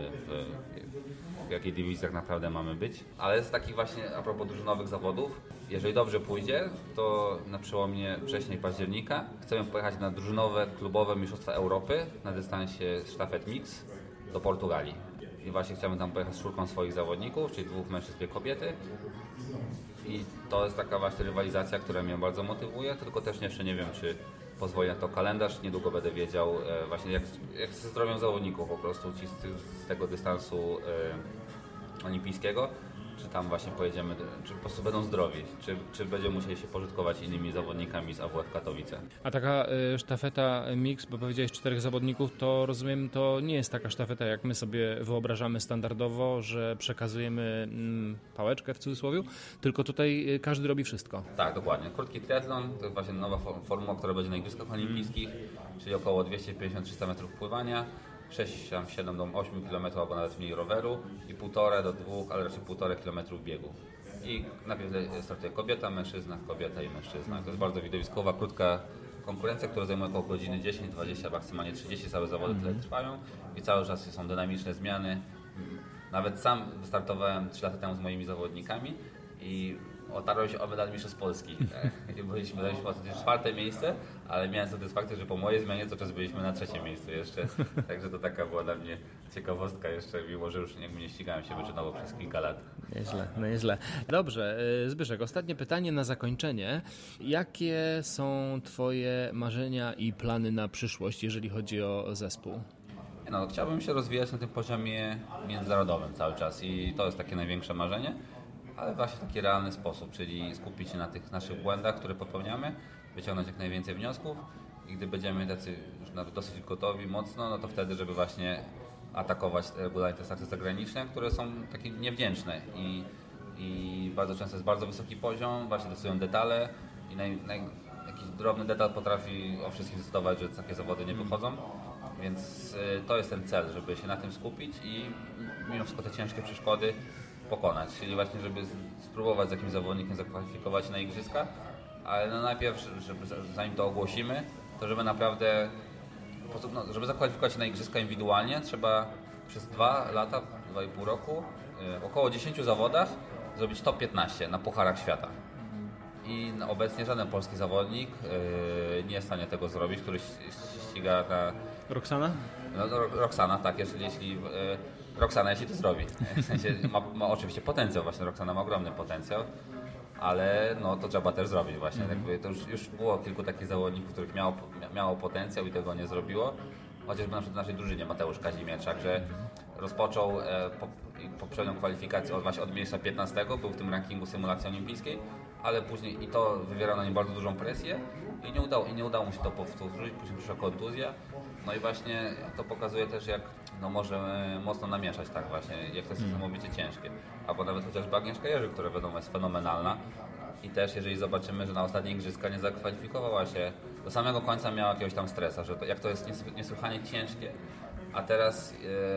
w jakiej dywizji tak naprawdę mamy być. Ale z takich właśnie, a propos drużynowych zawodów, jeżeli dobrze pójdzie, to na przełomie września i października chcemy pojechać na drużynowe, klubowe Mistrzostwa Europy na dystansie sztafet mix do Portugalii. I właśnie chciałbym tam pojechać z 4 swoich zawodników, czyli 2 mężczyzn, 2 kobiety. I to jest taka właśnie rywalizacja, która mnie bardzo motywuje, tylko też jeszcze nie wiem, czy pozwoli na to kalendarz. Niedługo będę wiedział właśnie jak ze zdrowiem zawodników po prostu ci z tego dystansu olimpijskiego. Czy tam właśnie pojedziemy, czy po prostu będą zdrowi, czy będziemy musieli się pożytkować innymi zawodnikami z AWF Katowice. A taka sztafeta mix, bo powiedziałeś 4 zawodników, to rozumiem, to nie jest taka sztafeta, jak my sobie wyobrażamy standardowo, że przekazujemy pałeczkę w cudzysłowie, tylko tutaj każdy robi wszystko. Tak, dokładnie. Krótki triatlon to jest właśnie nowa formuła, która będzie na Igrzyskach Olimpijskich, czyli około 250-300 metrów pływania, 6-7 do 8 km albo nawet mniej roweru i 1,5 do 2, ale raczej 1,5 km biegu. I najpierw startuje kobieta, mężczyzna, kobieta i mężczyzna. To jest bardzo widowiskowa, krótka konkurencja, która zajmuje około godziny 10, 20, maksymalnie 30. Całe zawody tyle trwają i cały czas są dynamiczne zmiany. Nawet sam wystartowałem 3 lata temu z moimi zawodnikami i otarłem się o medal mistrzostw Polski. Byliśmy ostatnio 4. miejsce, ale miałem satysfakcję, że po mojej zmianie cały czas byliśmy na 3. miejscu jeszcze. Także to taka była dla mnie ciekawostka jeszcze, mimo że już nie ścigałem się wyczynowo przez kilka lat. Nieźle. Dobrze, Zbyszek, ostatnie pytanie na zakończenie. Jakie są Twoje marzenia i plany na przyszłość, jeżeli chodzi o zespół? No, chciałbym się rozwijać na tym poziomie międzynarodowym cały czas i to jest takie największe marzenie. Ale właśnie w taki realny sposób, czyli skupić się na tych naszych błędach, które popełniamy, wyciągnąć jak najwięcej wniosków i gdy będziemy tacy już dosyć gotowi mocno, no to wtedy, żeby właśnie atakować regularnie te starty zagraniczne, które są takie niewdzięczne i bardzo często jest bardzo wysoki poziom, właśnie decydują detale i jakiś drobny detal potrafi o wszystkim zdecydować, że takie zawody nie wychodzą, więc to jest ten cel, żeby się na tym skupić i mimo wszystko te ciężkie przeszkody pokonać, czyli właśnie, żeby spróbować z jakimś zawodnikiem zakwalifikować się na igrzyska, ale no najpierw, zanim to ogłosimy, to żeby naprawdę, żeby zakwalifikować się na igrzyska indywidualnie, trzeba przez 2 lata, 2,5 roku, około 10 zawodach zrobić top 15 na Pucharach Świata. I obecnie żaden polski zawodnik nie jest w stanie tego zrobić, który ściga na... Roxana? No, Roxana, tak, jeśli Roxana, jeśli to zrobi. W sensie ma oczywiście potencjał, właśnie Roxana ma ogromny potencjał, ale no, to trzeba też zrobić właśnie. Jakby to już było kilku takich zawodników, których miało potencjał i tego nie zrobiło. Chociażby na przykład w naszej drużynie Mateusz Kazimierczak, że rozpoczął poprzednią kwalifikację właśnie od miejsca 15, był w tym rankingu symulacji olimpijskiej, ale później i to wywierało na nim bardzo dużą presję i nie udało mu się to powtórzyć, później przyszła kontuzja. No i właśnie to pokazuje też, jak może mocno namieszać, tak właśnie, jak to jest niesamowicie ciężkie. Albo nawet chociażby Agnieszka Jerzyk, która wiadomo jest fenomenalna i też jeżeli zobaczymy, że na ostatnie igrzyska nie zakwalifikowała się, do samego końca miała jakiegoś tam stresa, że jak to jest niesłychanie ciężkie, a teraz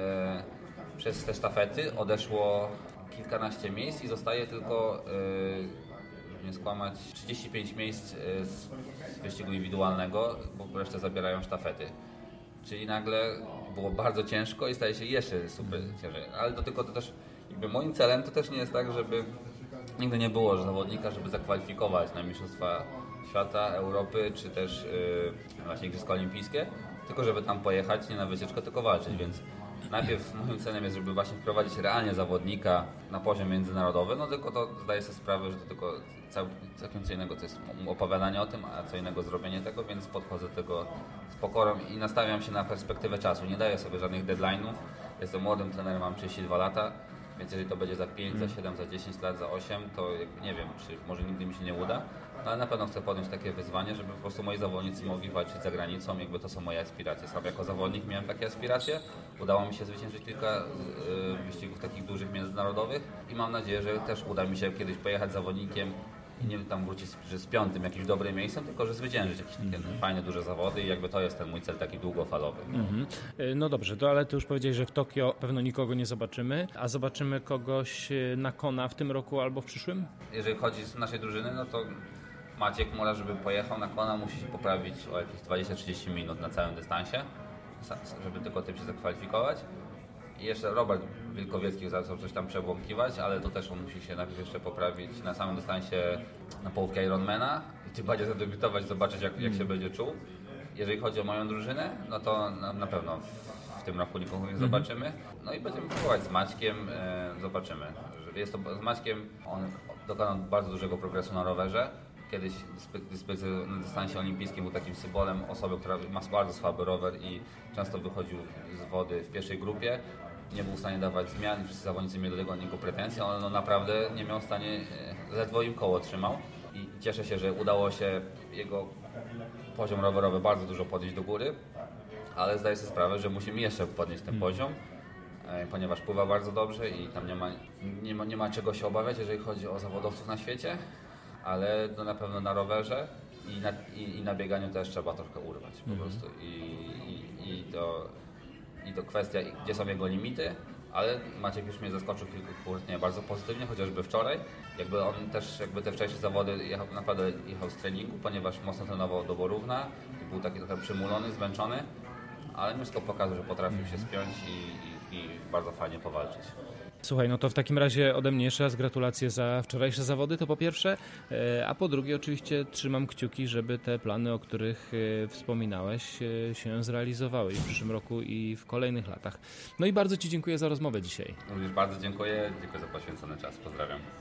przez te sztafety odeszło kilkanaście miejsc i zostaje tylko, żeby nie skłamać, 35 miejsc z wyścigu indywidualnego, bo resztę zabierają sztafety. Czyli nagle było bardzo ciężko i staje się jeszcze super ciężej. Ale to tylko to też, jakby moim celem to też nie jest tak, żeby nigdy nie było zawodnika, żeby zakwalifikować na Mistrzostwa Świata, Europy, czy też właśnie Igrzyska Olimpijskie, tylko żeby tam pojechać, nie na wycieczkę, tylko walczyć, więc najpierw moim celem jest, żeby właśnie wprowadzić realnie zawodnika na poziom międzynarodowy, no tylko to zdaję sobie sprawę, że to tylko całkiem co innego to jest opowiadanie o tym, a co innego zrobienie tego, więc podchodzę do tego z pokorą i nastawiam się na perspektywę czasu. Nie daję sobie żadnych deadline'ów. Jestem młodym trenerem, mam 32 lata Więc jeżeli to będzie za 5, za 7, za 10 lat, za 8, to nie wiem, czy może nigdy mi się nie uda, no ale na pewno chcę podjąć takie wyzwanie, żeby po prostu moi zawodnicy mogli walczyć za granicą, jakby to są moje aspiracje. Sam jako zawodnik miałem takie aspiracje, udało mi się zwyciężyć kilka wyścigów takich dużych międzynarodowych i mam nadzieję, że też uda mi się kiedyś pojechać zawodnikiem i nie tam wrócić z 5. jakimś dobrym miejscem, tylko że zwyciężyć jakieś takie fajne, duże zawody i jakby to jest ten mój cel taki długofalowy. No dobrze, to ale ty już powiedziałeś, że w Tokio pewno nikogo nie zobaczymy, a zobaczymy kogoś na Kona w tym roku albo w przyszłym? Jeżeli chodzi z naszej drużyny, no to Maciek Mura, żeby pojechał na Kona, musi się poprawić o jakieś 20-30 minut na całym dystansie, żeby tylko tym się zakwalifikować. I jeszcze Robert Wilkowiecki zaczął coś tam przebłąkiwać, ale to też on musi się najpierw jeszcze poprawić na samym dystansie na połówkę Ironmana i tym bardziej zadebiutować, zobaczyć jak się będzie czuł. Jeżeli chodzi o moją drużynę, no to na pewno w tym roku nikogo nie zobaczymy. No i będziemy próbować z Maćkiem, zobaczymy. Jest to z Maćkiem, on dokonał bardzo dużego progresu na rowerze. Kiedyś na dystansie olimpijskim był takim symbolem osoby, która ma bardzo słaby rower i często wychodził z wody w pierwszej grupie. Nie był w stanie dawać zmian, wszyscy zawodnicy mieli do niego pretensje, on naprawdę nie miał w stanie, ledwo im koło trzymał. I cieszę się, że udało się jego poziom rowerowy bardzo dużo podnieść do góry, ale zdaję sobie sprawę, że musimy jeszcze podnieść ten poziom, ponieważ pływa bardzo dobrze i tam nie ma czego się obawiać, jeżeli chodzi o zawodowców na świecie. Ale no na pewno na rowerze i na bieganiu też trzeba trochę urwać po prostu. I to kwestia, gdzie są jego limity, ale Maciek już mnie zaskoczył kilkukrotnie bardzo pozytywnie, chociażby wczoraj. Jakby on też te wcześniejsze zawody naprawdę jechał z treningu, ponieważ mocno trenował do Borówna i był taki trochę przymulony, zmęczony, ale wszystko pokazał, że potrafił się spiąć i bardzo fajnie powalczyć. Słuchaj, no to w takim razie ode mnie jeszcze raz gratulacje za wczorajsze zawody, to po pierwsze, a po drugie oczywiście trzymam kciuki, żeby te plany, o których wspominałeś, się zrealizowały i w przyszłym roku i w kolejnych latach. No i bardzo Ci dziękuję za rozmowę dzisiaj. Również bardzo dziękuję za poświęcony czas. Pozdrawiam.